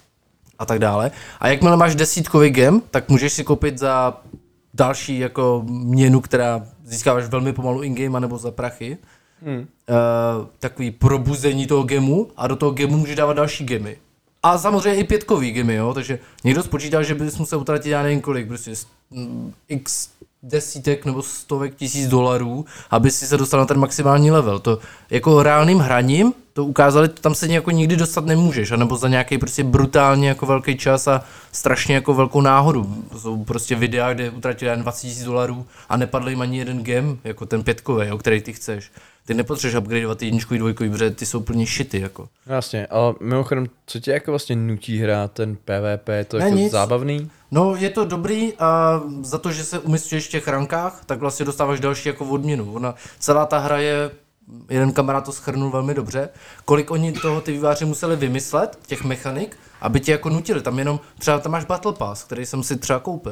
Speaker 5: a tak dále. A jakmile máš desítkový gem, tak můžeš si koupit za další jako měnu, která získáváš velmi pomalu in-game, anebo za prachy. Hmm. Uh, takový probuzení toho gemu a do toho gemu můžeš dávat další gemy. A samozřejmě i pětkový gemy, jo, takže někdo spočítal, že bys musel utratit já nevím kolik, prostě x desítek nebo stovek tisíc dolarů, aby si se dostal na ten maximální level. To jako reálným hraním to ukázali, tam se jako nikdy dostat nemůžeš, anebo za nějaký prostě brutálně jako velký čas a strašně jako velkou náhodu. To jsou prostě videa, kde utratili jen dvacet tisíc dolarů a nepadl jim ani jeden gem, jako ten pětkový, o který ty chceš. Ty nepotřebuješ upgradeovat jedničkový, dvojkový, protože ty jsou plně shity, jako.
Speaker 3: Jasně, ale mimochodem, co tě jako vlastně nutí hrát ten PvP, je to
Speaker 5: Ne,
Speaker 3: jako
Speaker 5: nic.
Speaker 3: zábavný?
Speaker 5: No, je to dobrý a za to, že se umistuješ v těch rankách, tak vlastně dostáváš další jako odměnu. Ona, celá ta hra je, jeden kamarád to shrnul velmi dobře, kolik oni toho ty vývojáři museli vymyslet, těch mechanik, aby tě jako nutili. Tam jenom, třeba tam máš Battle Pass, který jsem si třeba koupil.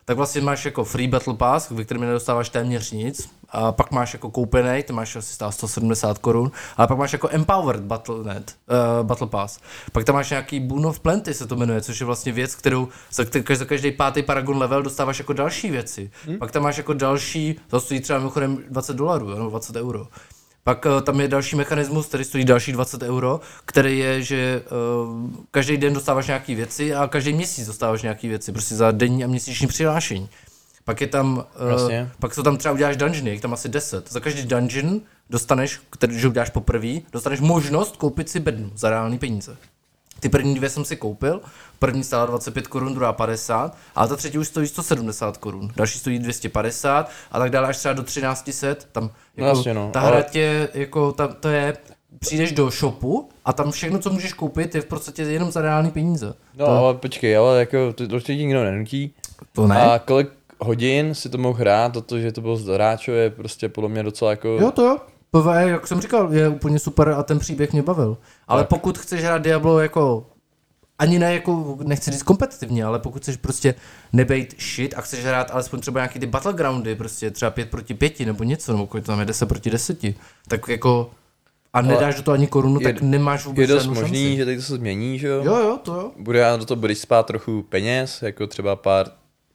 Speaker 5: tak vlastně máš jako free battle pass, ve kterém nedostáváš téměř nic, a pak máš jako koupený, ty máš asi stál sto sedmdesát korun, ale pak máš jako empowered battle net, uh, battle pass. Pak tam máš nějaký Boon of Plenty se to jmenuje, což je vlastně věc, kterou za, za každý pátý Paragon level dostáváš jako další věci. Hmm. Pak tam máš jako další, to stojí třeba mimochodem dvacet dolarů, no, dvacet euro. Pak uh, tam je další mechanismus, který stojí další dvacet euro, který je, že uh, každý den dostáváš nějaký věci a každý měsíc dostáváš nějaký věci, prostě za denní a měsíční přihlášení. Pak je tam, uh, pak to tam třeba uděláš dungeony, je tam asi deset. Za každý dungeon dostaneš, který že uděláš poprvé, dostaneš možnost koupit si bednu za reální peníze. Ty první dvě jsem si koupil, první stála dvacet pět korun, druhá padesát, ale ta třetí už stojí sto sedmdesát korun, další stojí dvě stě padesát a tak dále až třeba do třináct set, tam jako,
Speaker 3: Vlastně no,
Speaker 5: ta
Speaker 3: ale...
Speaker 5: hra tě, jako ta, to je, přijdeš do shopu a tam všechno, co můžeš koupit, je v podstatě jenom za reální peníze.
Speaker 3: No
Speaker 5: to...
Speaker 3: ale počkej, ale jako to, to ti nikdo nenutí.
Speaker 5: To ne?
Speaker 3: A kolik hodin si to mohl hrát, protože že to bylo z hráčů, je prostě podle mě docela jako...
Speaker 5: Jo, to jo. P V E, jak jsem říkal, je úplně super a ten příběh mě bavil. Ale tak. Pokud chceš hrát Diablo jako, ani ne jako, nechci říct kompetitivně, ale pokud chceš prostě nebejt shit a chceš hrát alespoň třeba nějaký ty battlegroundy, prostě třeba pět proti pěti nebo něco, nebo kolik to tam je deset proti deseti, tak jako, a nedáš do toho ani korunu,
Speaker 3: je,
Speaker 5: tak nemáš vůbec žádnou šanci. Je dost možný,
Speaker 3: že teď to se změní, že jo?
Speaker 5: Jo, jo, to jo.
Speaker 3: Bude do toho budeš spát trochu peněz, jako třeba pár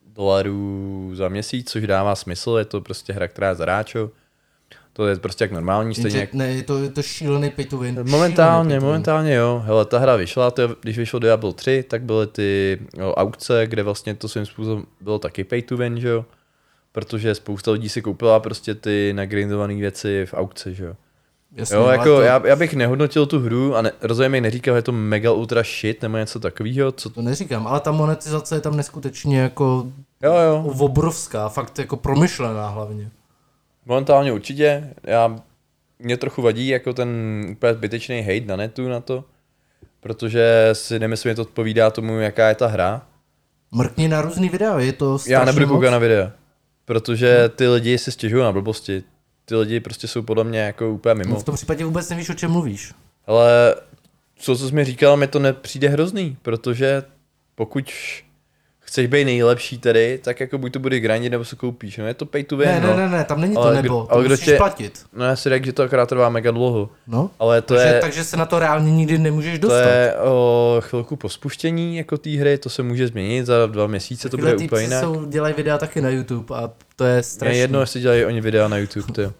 Speaker 3: dolarů za měsíc, což dává smysl, je to prostě hra, která je za hráčů. To je prostě jak normální, stejně jak...
Speaker 5: Ne, je to, je to šílený pay to win.
Speaker 3: Momentálně, momentálně jo. Hele, ta hra vyšla, to, když vyšlo Diablo tři, tak byly ty jo, aukce, kde vlastně to svým způsobem bylo taky pay to win, že jo. Protože spousta lidí si koupila prostě ty nagrindované věci v aukce, že jo. Jasně, jo, jako to... já, já bych nehodnotil tu hru a ne, rozhodně mi neříkal, že je to mega ultra shit nebo něco takového. Co...
Speaker 5: To neříkám, ale ta monetizace je tam neskutečně jako
Speaker 3: jo, jo.
Speaker 5: obrovská, fakt jako promyšlená hlavně.
Speaker 3: Momentálně určitě, já, mě trochu vadí jako ten úplně zbytečný hate na netu na to, protože si nemyslím, že to odpovídá tomu, jaká je ta hra.
Speaker 5: Mrkni na různý videa, je to strašně
Speaker 3: Já nebudu
Speaker 5: moc.
Speaker 3: koukat na videa, protože ty lidi si stěžují na blbosti. Ty lidi prostě jsou podle mě jako úplně mimo.
Speaker 5: No v tom případě vůbec nevíš, o čem mluvíš.
Speaker 3: Ale co, co jsi mi říkal, mi to nepřijde hrozný, protože pokud chceš být nejlepší tedy, tak jako buď to bude grindit, nebo se koupíš, no je to pay to win,
Speaker 5: ne,
Speaker 3: no.
Speaker 5: Ne, ne, ne, tam není
Speaker 3: ale
Speaker 5: to nebo,
Speaker 3: kdo, ale
Speaker 5: to musíš
Speaker 3: tě,
Speaker 5: platit.
Speaker 3: No já si řekl, že to akorát trvá mega dlouho.
Speaker 5: No,
Speaker 3: ale to
Speaker 5: takže,
Speaker 3: je,
Speaker 5: takže se na to reálně nikdy nemůžeš dostat.
Speaker 3: To je o chvilku po spuštění jako té hry, to se může změnit, za dva měsíce to bude úplně jinak.
Speaker 5: Jsou, dělají videa taky na YouTube a to je strašný.
Speaker 3: Je jedno, jestli dělají oni videa na YouTube, ty.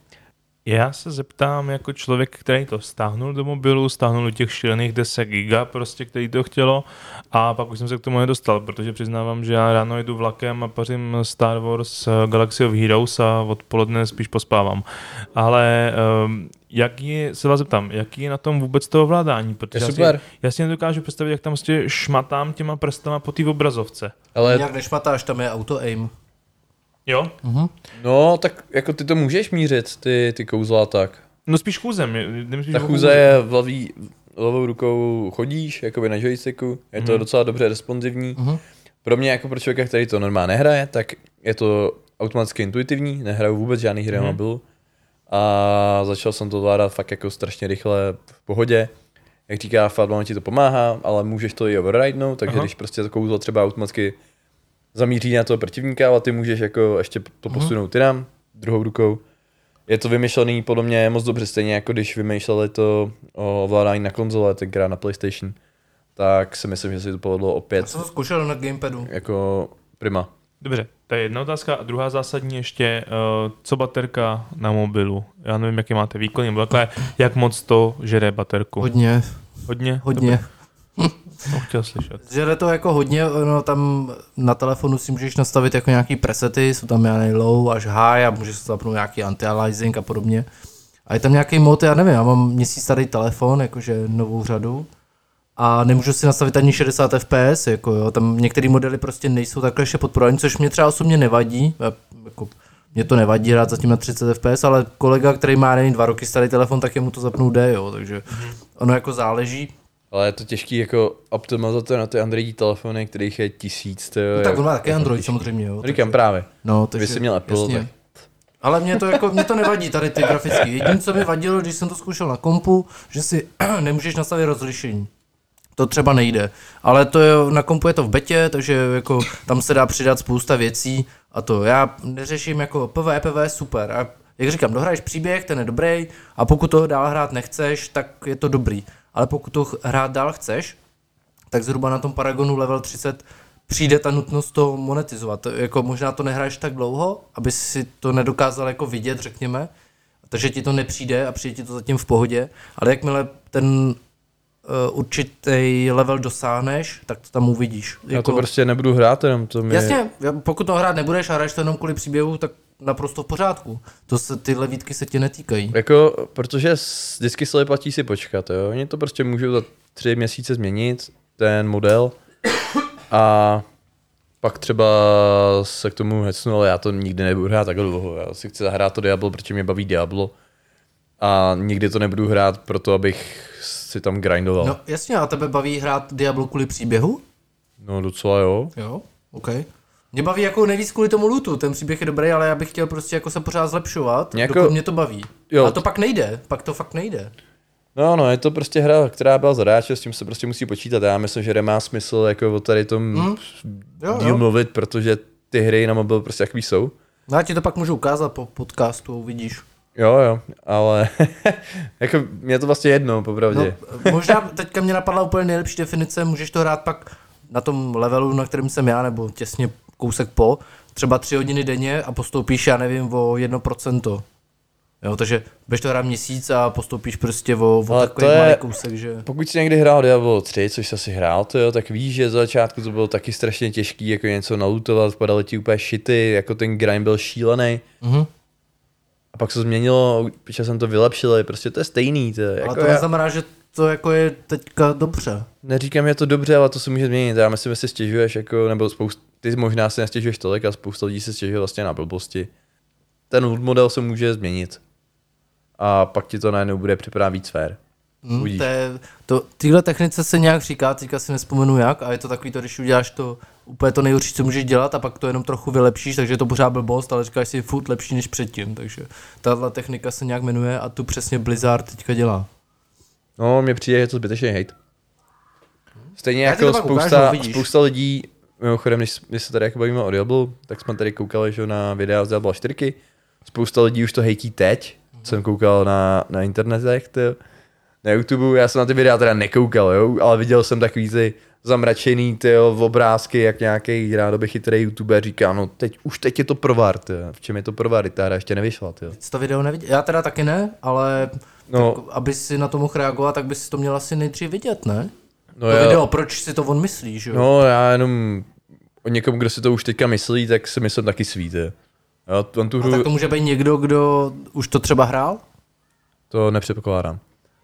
Speaker 4: Já se zeptám jako člověk, který to stáhnul do mobilu, stáhnul do těch šílených deset giga, prostě, který to chtělo, a pak už jsem se k tomu nedostal, protože přiznávám, že já ráno jdu vlakem a pařím Star Wars Galaxy of Heroes a odpoledne spíš pospávám. Ale um, jaký, se vás zeptám, jaký je na tom vůbec to ovládání? Protože
Speaker 3: je super.
Speaker 4: Já si, já si nedokážu představit, jak tam prostě šmatám těma prstama po té obrazovce.
Speaker 5: Ale jak nešmatáš, tam je auto-aim.
Speaker 4: Jo?
Speaker 5: Mhm.
Speaker 3: No, tak jako ty to můžeš mířit, ty, ty kouzla tak.
Speaker 4: No spíš chůzem. Spíš
Speaker 3: ta chůze je v levý, levou rukou chodíš, jakoby na joysticku, je to mm. docela dobře responsivní. Mm. Pro mě jako pro člověka, který to normálně nehraje, tak je to automaticky intuitivní, nehraju vůbec žádný hry na mm. mobilu. A začal jsem to zvládat fakt jako strašně rychle v pohodě. Jak říká Fadlan, ti to pomáhá, ale můžeš to i overridenout, takže Aha. když prostě to kouzlo třeba automaticky zamíří na toho protivníka, ale ty můžeš jako ještě to posunout ty nám, druhou rukou. Je to vymyšlený podle mě moc dobře, stejně jako když vymýšleli to o ovládání na konzole, tenkrát na PlayStation, tak si myslím, že si to povedlo opět. Já
Speaker 5: jsem to zkoušel na gamepadu.
Speaker 3: Jako prima.
Speaker 4: Dobře, to je jedna otázka a druhá zásadní ještě, uh, co baterka na mobilu? Já nevím, jaký máte výkon, nebo takhle, jak moc to žere baterku?
Speaker 5: Hodně.
Speaker 4: Hodně?
Speaker 5: Hodně.
Speaker 4: No, chtěl slyšet.
Speaker 5: Žere to jako hodně, no tam na telefonu si můžeš nastavit jako nějaký presety, jsou tam nějaký low až high a můžeš si zapnout nějaký anti-aliasing a podobně. A je tam nějaký mod, já nevím, já mám měsíc starý telefon, jakože novou řadu a nemůžu si nastavit ani šedesát F P S, jako jo, tam některé modely prostě nejsou takhle ještě podporované, což mě třeba osobně nevadí, já, jako mě to nevadí hrát zatím na třicet F P S, ale kolega, který má nevím, dva roky starý telefon, tak jemu to zapnout jde, jo, takže mm-hmm. ono jako záleží.
Speaker 3: Ale je to těžký jako optimalizovat na ty Androidí telefony, kterých je tisíc. To
Speaker 5: no, tak on má taky Android těžký. Samozřejmě, jo.
Speaker 3: Říkám takže, právě.
Speaker 5: No, takže,
Speaker 3: Vy jsi měl Apple, jasně. Tak.
Speaker 5: Ale mě to, jako, mě to nevadí, tady ty graficky. Jediné, co mi vadilo, když jsem to zkoušel na kompu, že si nemůžeš nastavit rozlišení. To třeba nejde, ale to je, na kompu je to v betě, takže jako tam se dá přidat spousta věcí a to já neřeším jako PvE, PvE super a jak říkám, dohraješ příběh, ten je dobrý a pokud toho dál hrát nechceš, tak je to dobrý, ale pokud to hrát dál chceš, tak zhruba na tom Paragonu level třicet přijde ta nutnost to monetizovat, jako možná to nehraješ tak dlouho, aby si to nedokázal jako vidět, řekněme, takže ti to nepřijde a přijde ti to zatím v pohodě, ale jakmile ten Uh, určitý level dosáhneš, tak to tam uvidíš.
Speaker 3: Já
Speaker 5: jako...
Speaker 3: to prostě nebudu hrát, jenom to mi...
Speaker 5: Jasně, pokud to hrát nebudeš a hraješ to jenom kvůli příběhu, tak naprosto v pořádku. To se, tyhle výtky se tě netýkají.
Speaker 3: Jako, protože vždycky se platí si počkat, jo. Oni to prostě můžou za tři měsíce změnit, ten model, a pak třeba se k tomu hecnu, ale já to nikdy nebudu hrát tak dlouho. Já si chci zahrát to Diablo, protože mě baví Diablo. A nikdy to nebudu hrát proto, abych si tam grindoval.
Speaker 5: No jasně, a tebe baví hrát Diablo kvůli příběhu?
Speaker 3: No docela jo.
Speaker 5: Jo, OK. Mě baví jako nejvíc kvůli tomu lootu, ten příběh je dobrý, ale já bych chtěl prostě jako se pořád zlepšovat,
Speaker 3: Jako...
Speaker 5: dokud mě to baví.
Speaker 3: Jo.
Speaker 5: A to pak nejde, pak to fakt nejde.
Speaker 3: No, no, je to prostě hra, která byla zadáče, s tím se prostě musí počítat. Já myslím, že nemá smysl jako o tady tom
Speaker 5: Hmm. Jo,
Speaker 3: díl
Speaker 5: jo.
Speaker 3: mluvit, protože ty hry na mobil prostě takový jsou.
Speaker 5: No já ti to pak můžu ukázat po podcastu, uvidíš.
Speaker 3: Jo, jo, ale jako mě je to vlastně jedno, popravdě.
Speaker 5: No, možná teďka mě napadla úplně nejlepší definice, můžeš to hrát pak na tom levelu, na kterém jsem já, nebo těsně kousek po, třeba tři hodiny denně a postoupíš, já nevím, o jedno procento. Jo, takže budeš to hrát měsíc a postoupíš prostě o, o
Speaker 3: Ale
Speaker 5: takový
Speaker 3: to je-
Speaker 5: malý kousek, že...
Speaker 3: Pokud jsi někdy hrál Diablo tři, což jsi asi hrál, to jo, tak víš, že za začátku to bylo taky strašně těžký, jako něco nalutovat, padaly ti úplně shity, jako ten grind byl šílený.
Speaker 5: Mhm.
Speaker 3: A pak se to změnilo, protože jsem to vylepšili, prostě to je stejný. To, je,
Speaker 5: Ale
Speaker 3: jako
Speaker 5: to
Speaker 3: já
Speaker 5: neznamená, že to jako je teďka dobře.
Speaker 3: neříkám, že to dobře, ale to se může změnit. Já myslím, že si stěžuješ, jako, nebo spoust, ty možná si nestěžuješ tolik a spousta lidí se stěžuje vlastně na blbosti. Ten loot model se může změnit. A pak ti to najednou bude připadat víc fair.
Speaker 5: Hmm,
Speaker 3: Uvidíš.
Speaker 5: to je, to, tyhle technice se nějak říká, teďka si nespomenu jak, a je to takový to, když uděláš to úplně to nejhorší, co můžeš dělat a pak to jenom trochu vylepšíš, takže je to pořád blbost, ale říkáš si furt lepší než předtím, takže tahle technika se nějak jmenuje a tu přesně Blizzard teďka dělá.
Speaker 3: No, mně přijde, že je to zbytečný hate. Stejně
Speaker 5: Já ti to
Speaker 3: jako
Speaker 5: pak ukážu,
Speaker 3: spousta,
Speaker 5: uvidíš.
Speaker 3: spousta lidí, mimochodem, když, když se tady jako bavíme o Diablu, tak jsme tady koukali že, na videa z Diablo čtyři. Spousta lidí už to hejtí teď, co jsem koukal na, na internetech, tyjo. Na YouTube, já jsem na ty videa teda nekoukal, jo, ale viděl jsem takový ty zamračený tyjo, obrázky, jak nějaký rádoby chytrý youtuber říká, no teď, už teď je to provar, tyjo. V čem je to provar, ta hra ještě nevyšla, tyjo.
Speaker 5: Jsi to video neviděl? Já teda taky ne, ale
Speaker 3: No.
Speaker 5: tak, aby si na to mohl reagovat, tak bys to měl asi nejdřív vidět, ne?
Speaker 3: No,
Speaker 5: To
Speaker 3: já,
Speaker 5: video, proč si to on myslí, že jo?
Speaker 3: no já jenom o někom, kdo si to už teďka myslí, tak si myslím taky svý, tyjo. Jo, on tu
Speaker 5: A
Speaker 3: hru,
Speaker 5: tak to může být někdo, kdo už to třeba hrál?
Speaker 3: to nepředpokládám.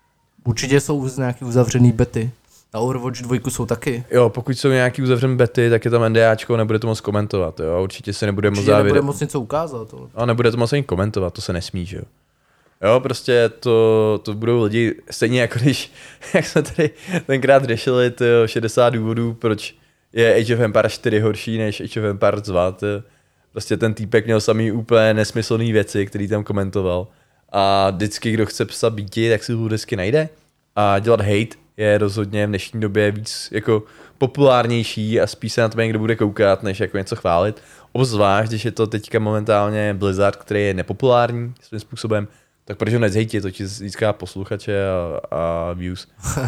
Speaker 5: Určitě jsou z nějaký uzavřený bety. Na Overwatch dva jsou taky.
Speaker 3: Jo, pokud jsou nějaký uzavřený bety, tak je tam NDAčko, nebude to moc komentovat, jo, a určitě se nebude moc
Speaker 5: Určitě nebude
Speaker 3: závěr.
Speaker 5: moc něco ukázat. Ale...
Speaker 3: A nebude to moc ani komentovat, to se nesmí, že jo. Jo, prostě to, to budou lidi, stejně jako když, jak jsme tady tenkrát řešili, tyjo, šedesát důvodů, proč je Age of Empires čtyři horší než Age of Empires dva, tyjo. Prostě ten týpek měl samý úplně nesmyslný věci, který tam komentoval. A vždycky, kdo chce psat býti, tak si to vždycky najde. A dělat hate je rozhodně v dnešní době víc jako populárnější a spíš se na to někdo bude koukat, než jako něco chválit. Obzvlášť, když je to teďka momentálně Blizzard, který je nepopulární svým způsobem, tak proč ho nezhejtě, to ti získá posluchače a, a views.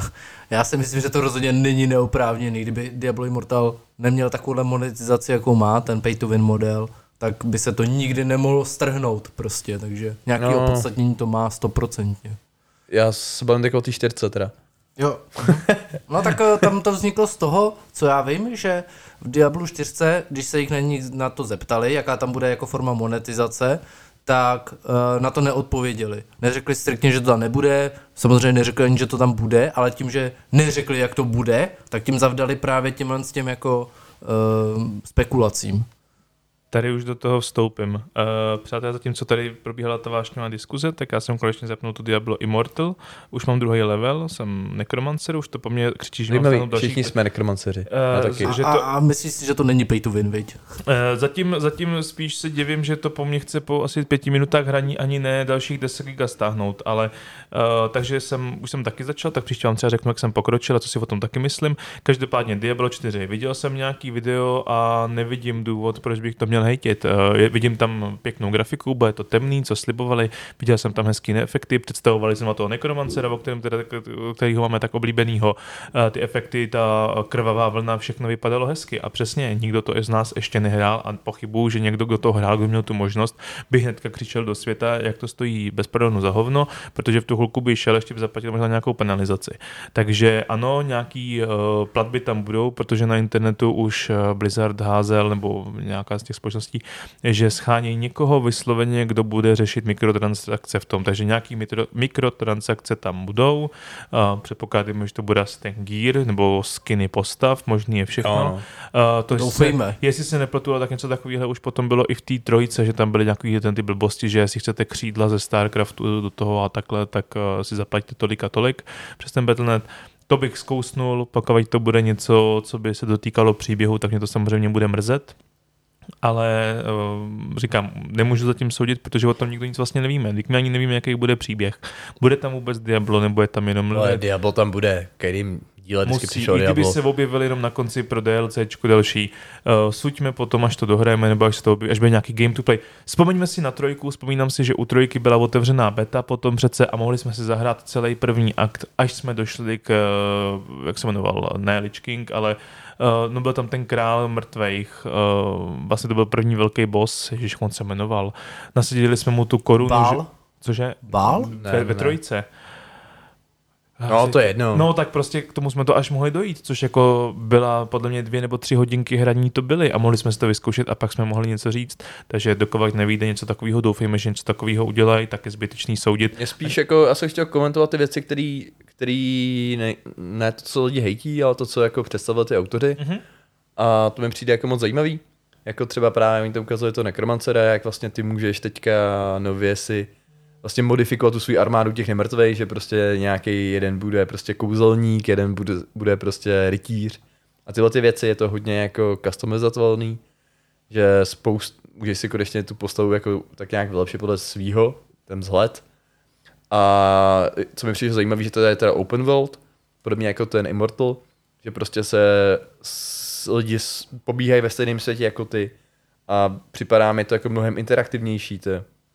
Speaker 5: Já si myslím, že to rozhodně není neoprávněný. Kdyby Diablo Immortal neměl takovou monetizaci, jakou má, ten pay to win model, tak by se to nikdy nemohlo strhnout prostě, takže nějaký
Speaker 3: No.
Speaker 5: opodstatnění to má stoprocentně.
Speaker 3: Já se bavím tak o té čtyřce teda.
Speaker 5: Jo. No tak eh, tam to vzniklo z toho, co já vím, že v Diablu čtyři, když se jich na, ní, na to zeptali, jaká tam bude jako forma monetizace, tak uh, na to neodpověděli. Neřekli striktně, že to tam nebude, samozřejmě neřekli ani, že to tam bude, ale tím, že neřekli, jak to bude, tak tím zavdali právě těmhle s těm jako uh, spekulacím.
Speaker 4: Tady už do toho vstoupím. Uh, přátelé, zatímco tady probíhala ta vášnivá diskuze, tak já jsem konečně zapnul tu Diablo Immortal. Už mám druhý level, jsem nekromancer, už to po mně křičí, že
Speaker 3: Zajímavý,
Speaker 4: mám další...
Speaker 3: všichni jsme nekromanceři.
Speaker 4: Uh,
Speaker 3: taky.
Speaker 4: že
Speaker 5: A,
Speaker 4: to...
Speaker 5: a myslíš si, že to není pay to win, viď?
Speaker 4: Uh, zatím, zatím spíš se divím, že to po mně chce po asi pěti minutách hraní ani ne dalších deset giga stáhnout, ale uh, takže jsem, už jsem taky začal, tak příště vám třeba řeknu, jak jsem pokročil a co si o tom taky myslím. Každopádně Diablo čtyři. Viděl jsem nějaký video a nevidím důvod, proč bych to měl hejtit. Uh, vidím tam pěknou grafiku, bude to temný, co slibovali, viděl jsem tam hezký efekty, představovali jsme toho nekromancera, o kterém teda, kterýho máme tak oblíbenýho. Uh, ty efekty, ta krvavá vlna, všechno vypadalo hezky a přesně, nikdo to z nás ještě nehrál a pochybuju, že někdo, kdo to hrál, kdo měl tu možnost, by hnedka křičel do světa, jak to stojí bez pardonu za hovno, protože v tu chvilku by šel, ještě by zaplatil možná nějakou penalizaci. Takže ano, nějaký uh, platby tam budou, protože na internetu už Blizzard házel, nebo nějaká z těch společností, že schánějí někoho vysloveně, kdo bude řešit mikrotransakce v tom. Takže nějaký mikro, mikrotransakce tam budou. Uh, předpokládám, že to bude asi ten gear, nebo skiny postav, možný je všechno. Uh, to
Speaker 5: Doufejme.
Speaker 4: Se, jestli se nepletu, tak něco takového už potom bylo i v té trojice, že tam byly nějaké ty blbosti, že jestli chcete křídla ze StarCraftu do toho a takhle, tak uh, si zaplatíte tolik a tolik přes ten Battle dot net. To bych zkousnul, pokud to bude něco, co by se dotýkalo příběhu, tak mě to samozřejmě bude mrzet. Ale uh, říkám, nemůžu zatím soudit, protože o tom nikdo nic vlastně nevíme. Dík my ani nevíme, jaký bude příběh. Bude tam vůbec Diablo, nebo je tam jenom...
Speaker 3: Ale Diablo tam bude, kterým díle vždycky
Speaker 4: Musí,
Speaker 3: přišel
Speaker 4: i kdyby
Speaker 3: Diablo.
Speaker 4: se objevili jenom na konci pro DLCčku další. Uh, suďme potom, až to dohrajeme, nebo až, to objeví, až bude nějaký game to play. Vzpomeňme si na trojku, vzpomínám si, že u trojky byla otevřená beta potom přece a mohli jsme si zahrát celý první akt, až jsme došli k, uh, jak se jmenoval, ne Lich King, ale uh, no byl tam ten král mrtvejch, uh, vlastně to byl první velký boss, ježiš, on se jmenoval. Nasadili jsme mu tu korunu.
Speaker 5: Bál?
Speaker 4: Že, cože?
Speaker 5: Bál?
Speaker 4: Ve, ve
Speaker 3: Ne,
Speaker 4: trojce.
Speaker 3: No, to je jedno.
Speaker 4: No, tak prostě k tomu jsme to až mohli dojít, což jako byla podle mě dvě nebo tři hodinky hraní to byly a mohli jsme si to vyzkoušet a pak jsme mohli něco říct. Takže dokud nevyjde něco takového, doufejme, že něco takového udělají, tak je zbytečný soudit.
Speaker 3: Mě spíš jako, já jsem chtěl komentovat ty věci, které který ne, ne to, co lidi hejtí, ale to, co jako představili ty autoři.
Speaker 4: Mm-hmm.
Speaker 3: A to mi přijde jako moc zajímavý. Jako třeba právě mi to ukazuje to nekromancera, jak vlastně ty můžeš teďka nově si vlastně modifikovat tu svou armádu těch nemrtvých, že prostě nějaký jeden bude prostě kouzelník, jeden bude, bude prostě rytíř. A tyhle ty věci je to hodně jako customizatelný, že spoust, můžeš si konečně tu postavu jako tak nějak vylepšit podle svýho, ten vzhled. A co mi přijde zajímavé, že to je teda open world, podobně jako ten Immortal, že prostě se s, lidi s, pobíhají ve stejném světě jako ty a připadá mi to jako mnohem interaktivnější. To.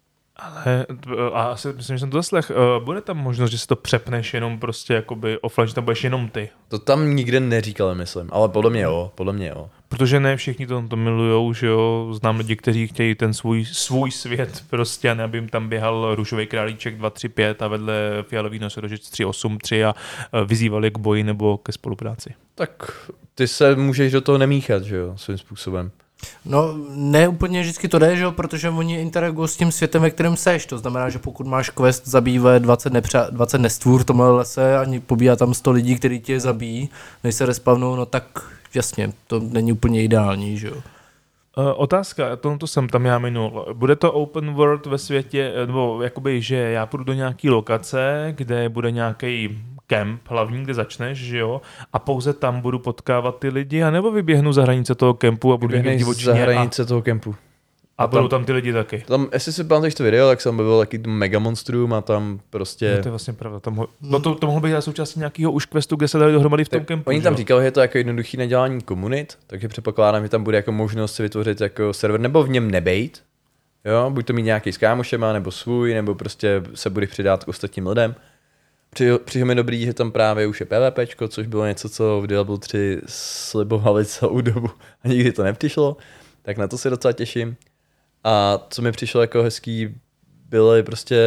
Speaker 4: Ale a asi myslím, že jsem to zaslech. Bude tam možnost, že si to přepneš jenom prostě jakoby offline, že tam budeš jenom ty?
Speaker 3: To tam nikde neříkal, myslím, ale podle mě jo, podle mě jo.
Speaker 4: Protože ne všichni to, to milujou, že jo, znám lidi, kteří chtějí ten svůj, svůj svět prostě a ne, aby jim tam běhal růžový králíček dva tři pět a vedle fialový nosorožec tři osm tři a vyzývali k boji nebo ke spolupráci.
Speaker 3: Tak ty se můžeš do toho nemíchat, že jo, svým způsobem.
Speaker 5: No, ne úplně vždycky to jde, že jo, protože oni interagují s tím světem, ve kterém seš. To znamená, že pokud máš quest zabývat dvacet, nepřa- dvacet nestvůr v tomhle lese a pobíhá tam sto lidí, kteří tě zabijí, než se respawnou, no tak jasně, to není úplně ideální, že jo.
Speaker 4: Uh, otázka, to, to jsem tam já minul. Bude to open world ve světě, nebo jakoby, že já půjdu do nějaký lokace, kde bude nějaký kemp hlavní, kde začneš, že jo, a pouze tam budu potkávat ty lidi, anebo vyběhnu za hranice toho kempu a budu někde v divočině
Speaker 3: za hranice a, toho kempu.
Speaker 4: A, a budou tam ty lidi taky.
Speaker 3: Tam, jestli si pamatuješ to video, tak jsem byl taky mega monstrum a tam prostě...
Speaker 4: No, to je vlastně pravda. Tam ho... No to, to mohlo být součástí nějakého už questu, kde se dali dohromady v tom
Speaker 3: tak
Speaker 4: kempu.
Speaker 3: Oni tam
Speaker 4: že?
Speaker 3: říkali, že je to jako jednoduchý na dělání komunit, takže předpokládám, že tam bude jako možnost si vytvořit jako server, nebo v něm nebejt. Jo, buď to mít nějaký s kámošema, nebo svůj, nebo prostě se bude přidat k ostatním lidem. Přijde mi dobrý, že tam právě už je PvPčko, což bylo něco, co v Diablo tři slibovali celou dobu a nikdy to nepřišlo, tak na to se docela těším. A co mi přišlo jako hezký, byly prostě,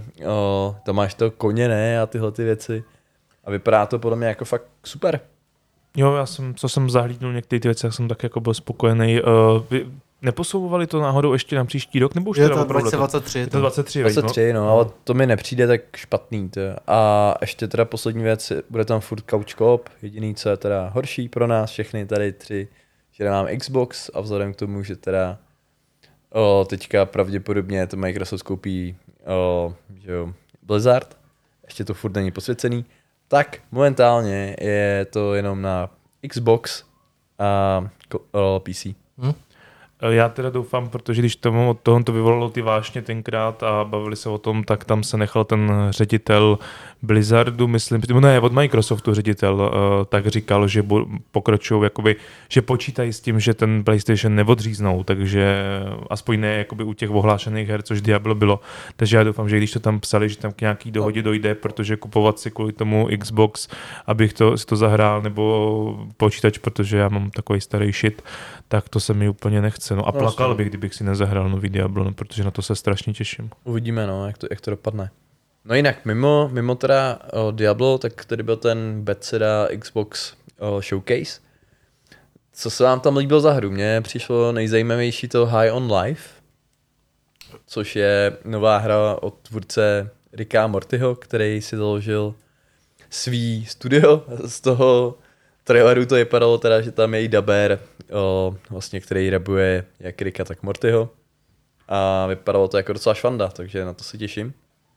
Speaker 3: o, tam máš to koně, ne, a tyhle ty věci. A vypadá to podle mě jako fakt super.
Speaker 4: Jo, já jsem, co jsem zahlídnul některé ty věci, jak jsem tak jako byl spokojený. Uh, vy neposouvali to náhodou ještě na příští rok, nebo už
Speaker 5: je
Speaker 4: teda
Speaker 5: to
Speaker 4: opravdu?
Speaker 5: dvacet dvacet tři.
Speaker 4: Je to dvacet tři,
Speaker 3: dvacet tři, no, ale to mi nepřijde tak špatný. To. A ještě teda poslední věc, bude tam furt couch co-op, jediný, co je teda horší pro nás všechny tady tři, že mám Xbox a vzhledem k tomu, že teda O, teďka pravděpodobně to Microsoft koupí o, že jo, Blizzard, ještě to furt není posvěcený, tak momentálně je to jenom na Xbox a o, P C.
Speaker 5: Hm?
Speaker 4: Já teda doufám, protože když tomu od toho to vyvolalo ty vášně tenkrát a bavili se o tom, tak tam se nechal ten ředitel Blizzardu, myslím, ne, od Microsoftu ředitel, tak říkal, že pokračují, jakoby, že počítají s tím, že ten PlayStation neodříznou, takže aspoň ne jakoby u těch ohlášených her, což Diablo bylo. Takže já doufám, že když to tam psali, že tam k nějaký dohodě dojde, protože kupovat si kvůli tomu Xbox, abych to, si to zahrál, nebo počítač, protože já mám takový starý shit, tak to se mi úplně nechce. No a plakal bych, kdybych si nezahrál nový Diablo, no, protože na to se strašně těším.
Speaker 3: Uvidíme, no, jak to, jak to dopadne. No jinak, mimo, mimo teda o, Diablo, tak tady byl ten Bethesda Xbox o, Showcase. Co se vám tam líbilo za hru? Mně přišlo nejzajímavější to High on Life, což je nová hra od tvůrce Ricka Mortyho, který si založil svý studio. Z toho traileru to vypadalo teda, že tam je i daber, o, vlastně, který rabuje jak Ricka, tak Mortyho. A vypadalo to jako docela švanda, takže na to se těším.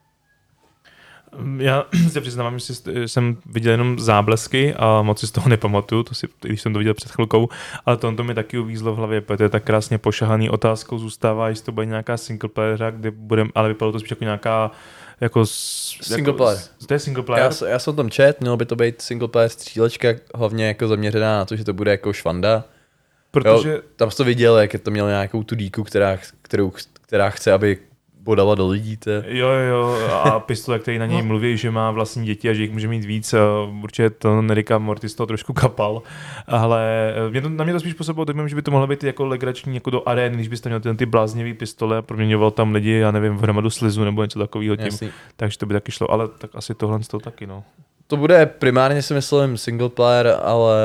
Speaker 4: Já se přiznávám, že jsem viděl jenom záblesky a moc si z toho nepamatuju, to si, když jsem to viděl před chvilkou, ale to, to mi taky uvízlo v hlavě, protože je tak krásně pošahaný. Otázkou zůstává, jestli to bude nějaká single player hra, kde budem, ale vypadalo to spíš jako nějaká jako
Speaker 3: single
Speaker 4: jako,
Speaker 3: player.
Speaker 4: To je single player?
Speaker 3: Já, já jsem tam čet, mělo by to být single player střílečka, hlavně jako zaměřená na to, že to bude jako švanda.
Speaker 4: Protože...
Speaker 3: Jo, tam jsi to viděl, jak je to mělo nějakou tu díku, která, kterou, která chce, aby bodala do lidí. To.
Speaker 4: Jo, jo, a pistole, který na něj mluví, že má vlastní děti a že jich může mít víc. Určitě to Ricka Morty z toho trošku kapal. Ale mě to, na mě to spíš působilo, tak že by to mohlo být jako legrační jako do arény, když byste měl ty, ty blázněvý pistole a proměňoval tam lidi, já nevím, v hromadu slizu nebo něco takového tím. Jasný. Takže to by taky šlo, ale tak asi tohle z toho taky, no.
Speaker 3: To bude primárně si myslím single player, ale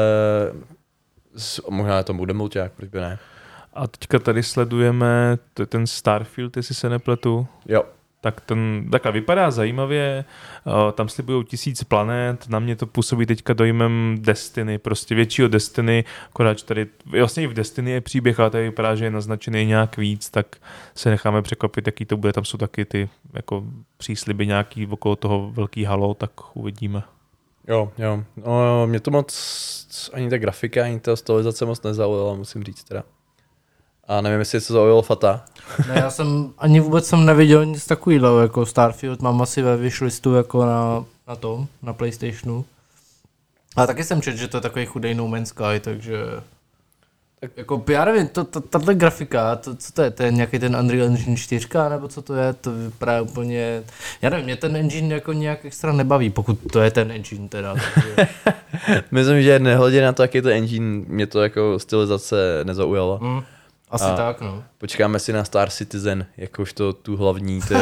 Speaker 3: možná to bude mulťák, proč by ne.
Speaker 4: A teďka tady sledujeme t- ten Starfield, jestli se nepletu.
Speaker 3: Jo.
Speaker 4: Tak ten takhle vypadá zajímavě, uh, tam slibují tisíc planet, na mě to působí teďka dojmem Destiny, prostě většího Destiny, akorát tady, vlastně i v Destiny je příběh, ale tady vypadá, že je naznačený nějak víc, tak se necháme překvapit, jaký to bude, tam jsou taky ty jako přísliby nějaký okolo toho velký halo, tak uvidíme.
Speaker 3: Jo, jo, no, mě to moc, ani ta grafika, ani ta stylizace moc nezaujala, musím říct teda. A nevím, jestli se zaujalo Fata.
Speaker 5: Ne, já jsem ani vůbec jsem neviděl nic takového, jako Starfield mám asi ve wishlistu jako na, na tom, na PlayStationu. A taky jsem četl, že to je takový chudej No Man's Sky, takže... Tak jako, já nevím, to, to, tato grafika, to, co to je, to je nějaký ten Unreal Engine čtyři, nebo co to je, to vypadá úplně, já nevím, mě ten engine jako nějak extra nebaví, pokud to je ten engine teda. Takže...
Speaker 3: Myslím, že nehledě na to, jaký je to engine, mě to jako stylizace nezaujala.
Speaker 5: Mm, asi a tak, no.
Speaker 3: Počkáme si na Star Citizen, jakožto tu hlavní. To...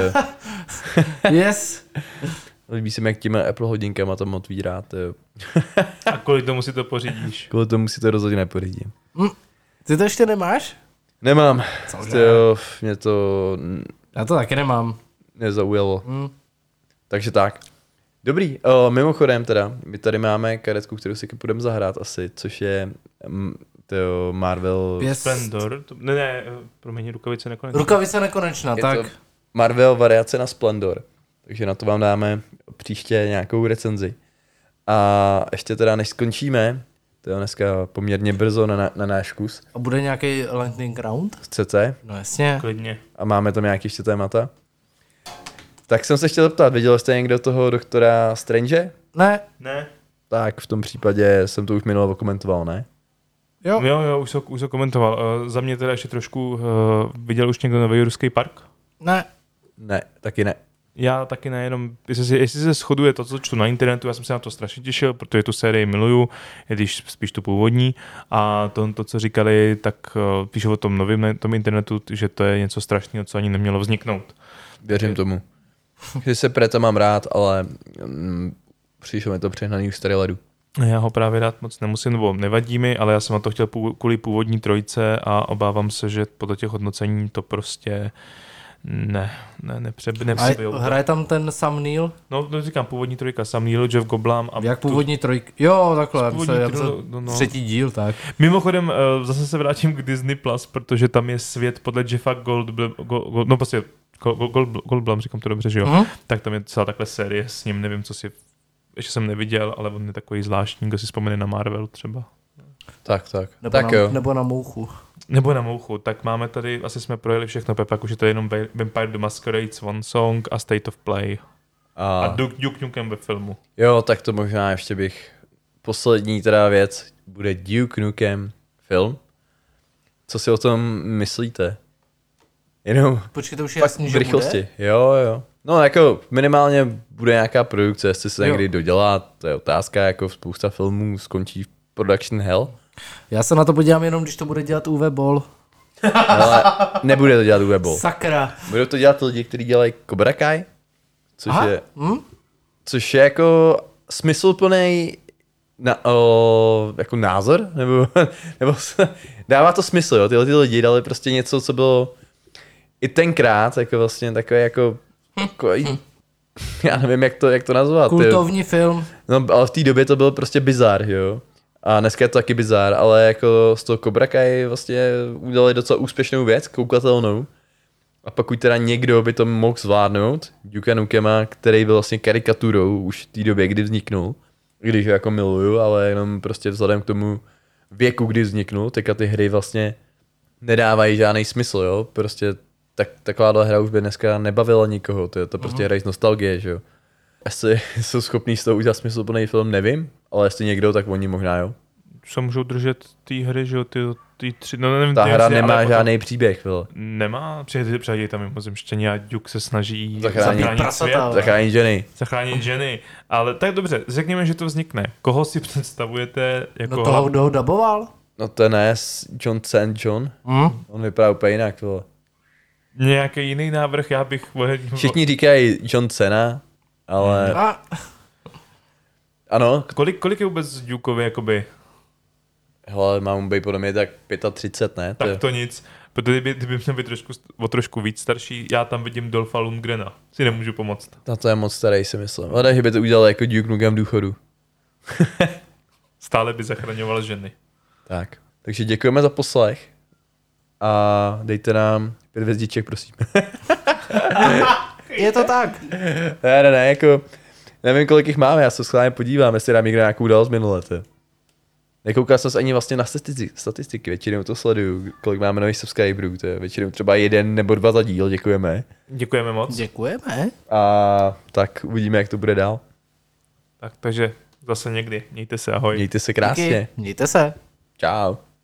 Speaker 5: Yes!
Speaker 3: Líbí se mi, jak těma Apple hodinkama tam otvírá. To...
Speaker 4: A kvůli tomu si to pořídíš?
Speaker 3: Kvůli tomu si to rozhodně nepořídím.
Speaker 5: Mm. Ty to ještě nemáš?
Speaker 3: Nemám. To, mě to...
Speaker 5: Já to taky nemám.
Speaker 3: Nezaujalo.
Speaker 5: Mm.
Speaker 3: Takže tak. Dobrý, o, mimochodem teda, my tady máme karetku, kterou si půjdeme zahrát asi, což je to Marvel...
Speaker 5: Pěst.
Speaker 4: Splendor? To, ne, ne, promiň, rukavice nekonečná.
Speaker 5: Rukavice nekonečná,
Speaker 3: je
Speaker 5: tak.
Speaker 3: To Marvel variace na Splendor, takže na to vám dáme příště nějakou recenzi. A ještě teda, než skončíme, to je dneska poměrně brzo na, na náš kus.
Speaker 5: A bude nějaký lightning round?
Speaker 3: Chcete?
Speaker 5: No jasně.
Speaker 4: Klidně.
Speaker 3: A máme tam nějaký ještě témata? Tak jsem se chtěl zeptat, viděl jste někdo toho doktora Strange?
Speaker 5: Ne.
Speaker 4: Ne.
Speaker 3: Tak v tom případě jsem to už minule okomentoval, ne?
Speaker 5: Jo.
Speaker 4: Jo, jo, už jsem už komentoval. Uh, za mě teda ještě trošku, uh, viděl už někdo nový Ruský park?
Speaker 5: Ne.
Speaker 3: Ne, taky ne.
Speaker 4: Já taky ne, jenom jestli se, jestli se shoduje to, co čtu na internetu, já jsem se na to strašně těšil, protože tu sérii miluju, i když spíš tu původní, a to, to co říkali, tak uh, píšou o tom novém tom internetu, že to je něco strašného, co ani nemělo vzniknout.
Speaker 3: Věřím tak tomu. Když se Preta mám rád, ale mm, přišlo mi to přehnaný už z ledu.
Speaker 4: Já ho právě rád moc nemusím, nebo nevadí mi, ale já jsem na to chtěl kvůli původní trojce a obávám se, že podle těch hodnocení to prostě Ne, ne, nepře,
Speaker 5: A
Speaker 4: nepřebyl.
Speaker 5: je- hraje tam ten Sam Neill?
Speaker 4: No, to říkám, původní trojka, Sam Neill, Jeff Goldblum. A
Speaker 5: Jak původní trojka? Jo, takhle, já
Speaker 4: Původní
Speaker 5: myslel, já myslel,
Speaker 4: trilo- no, no.
Speaker 5: třetí díl, tak.
Speaker 4: Mimochodem, eh, zase se vrátím k Disney Plus, protože tam je svět podle Jeffa Goldblum, Gold, Gold, no prostě Gold, Gold, Goldblum, říkám to dobře, že jo?
Speaker 5: Mhm.
Speaker 4: Tak tam je celá takhle série s ním, nevím, co si, ještě jsem neviděl, ale on je takový zvláštní, kdo si vzpomene na Marvel třeba.
Speaker 3: Tak, tak.
Speaker 5: Nebo,
Speaker 3: tak
Speaker 5: na,
Speaker 3: jo.
Speaker 5: nebo na mouchu.
Speaker 4: Nebo na mouchu, tak máme tady, asi jsme projeli všechno, Pepa, už je to jenom Vampire the Masquerade, Swan Song a State of Play. A,
Speaker 3: A,
Speaker 4: Duke, Duke Nukem ve filmu.
Speaker 3: jo, tak to možná ještě bych... Poslední teda věc bude Duke Nukem film. Co si o tom myslíte? Jenom
Speaker 5: Počkej, to už je
Speaker 3: fakt
Speaker 5: jasný,
Speaker 3: v
Speaker 5: že
Speaker 3: rychlosti.
Speaker 5: bude?
Speaker 3: Jo, jo. No jako minimálně bude nějaká produkce, jestli se
Speaker 5: Jo.
Speaker 3: někdy dodělá, to je otázka, jako spousta filmů skončí v production hell.
Speaker 5: Já se na to podívám jenom, když to bude dělat U V Ball.
Speaker 3: Ale nebude to dělat U V Ball.
Speaker 5: Sakra.
Speaker 3: Budou to dělat lidi, kteří dělají Cobra Kai, což
Speaker 5: Aha.
Speaker 3: je,
Speaker 5: Hm?
Speaker 3: což je jako smysluplný na, o, jako názor, nebo, nebo s- dává to smysl, jo, tyhle ty lidi dali prostě něco, co bylo i tenkrát, jako vlastně takové jako, jako já nevím, jak to, jak to nazvat. jo.
Speaker 5: Kultovní film.
Speaker 3: No, ale v té době to byl prostě bizár, jo. A dneska je to taky bizár, ale jako z toho Cobra Kai vlastně udělali docela úspěšnou věc, koukatelnou. A pokud teda někdo by to mohl zvládnout, Duke Nukema, který byl vlastně karikaturou už v té době, kdy vzniknul, i když ho jako miluju, ale jenom prostě vzhledem k tomu věku, kdy vzniknul, teďka ty hry vlastně nedávají žádný smysl, jo. Prostě tak, takováhle hra už by dneska nebavila nikoho, to je to prostě hra z nostalgie, že jo. Jestli jsou schopní z toho udělat smysluplný film, nevím, ale jestli někdo, tak oni možná jo.
Speaker 4: Se můžou držet té hry, že jo, ty, ty tři, no nevím,
Speaker 3: Ta
Speaker 4: ty
Speaker 3: hra
Speaker 4: věci,
Speaker 3: nemá
Speaker 4: ale potom-
Speaker 3: žádný příběh, vole.
Speaker 4: Nemá, přijedí, přijedí tam mimozemštění a Duke se snaží
Speaker 3: Zachránit
Speaker 4: zachránit
Speaker 5: prasata,
Speaker 4: svět,
Speaker 5: ale-
Speaker 3: Zachránit ženy.
Speaker 4: zachránit ženy. Ale tak dobře, řekněme, že to vznikne. Koho si představujete jako
Speaker 5: No toho,
Speaker 4: hlav-
Speaker 5: kdo ho daboval?
Speaker 3: No ten je s John Saint John,
Speaker 5: Hm?
Speaker 3: on vypadá úplně jinak, vole.
Speaker 4: nějaký jiný návrh, já bych...
Speaker 3: Všichni říkají John Cena, ale
Speaker 5: A,
Speaker 3: ano,
Speaker 4: Kolik, kolik je vůbec Dukeovi, jakoby?
Speaker 3: hele, mám být podle mě tak třicet pět, ne? To je-
Speaker 4: Tak to nic. Protože kdyby, kdyby měl být trošku, o trošku víc starší, já tam vidím Dolpha Lundgrena. Si nemůžu pomoct.
Speaker 3: Na to je moc starý, si myslím. Ale že by to udělal jako Duke Nukem v důchodu.
Speaker 4: Stále by zachraňoval ženy.
Speaker 3: Tak, takže děkujeme za poslech a dejte nám pět hvězdiček, prosím.
Speaker 5: je to tak.
Speaker 3: ne, ne, ne, jako nevím, kolik jich máme, já se schválně podívám, jestli dám někdo nějakou dal z minulé. to. Nekoukal jsem se ani vlastně na statistiky, statistiky, většinou to sleduju, kolik máme nových subscriberů, to je většinou třeba jeden nebo dva za díl, děkujeme.
Speaker 4: Děkujeme moc.
Speaker 5: Děkujeme.
Speaker 3: A tak uvidíme, jak to bude dál.
Speaker 4: Tak, takže zase někdy. Mějte se, ahoj.
Speaker 3: Mějte se krásně.
Speaker 5: Díky. Mějte se.
Speaker 3: Čau.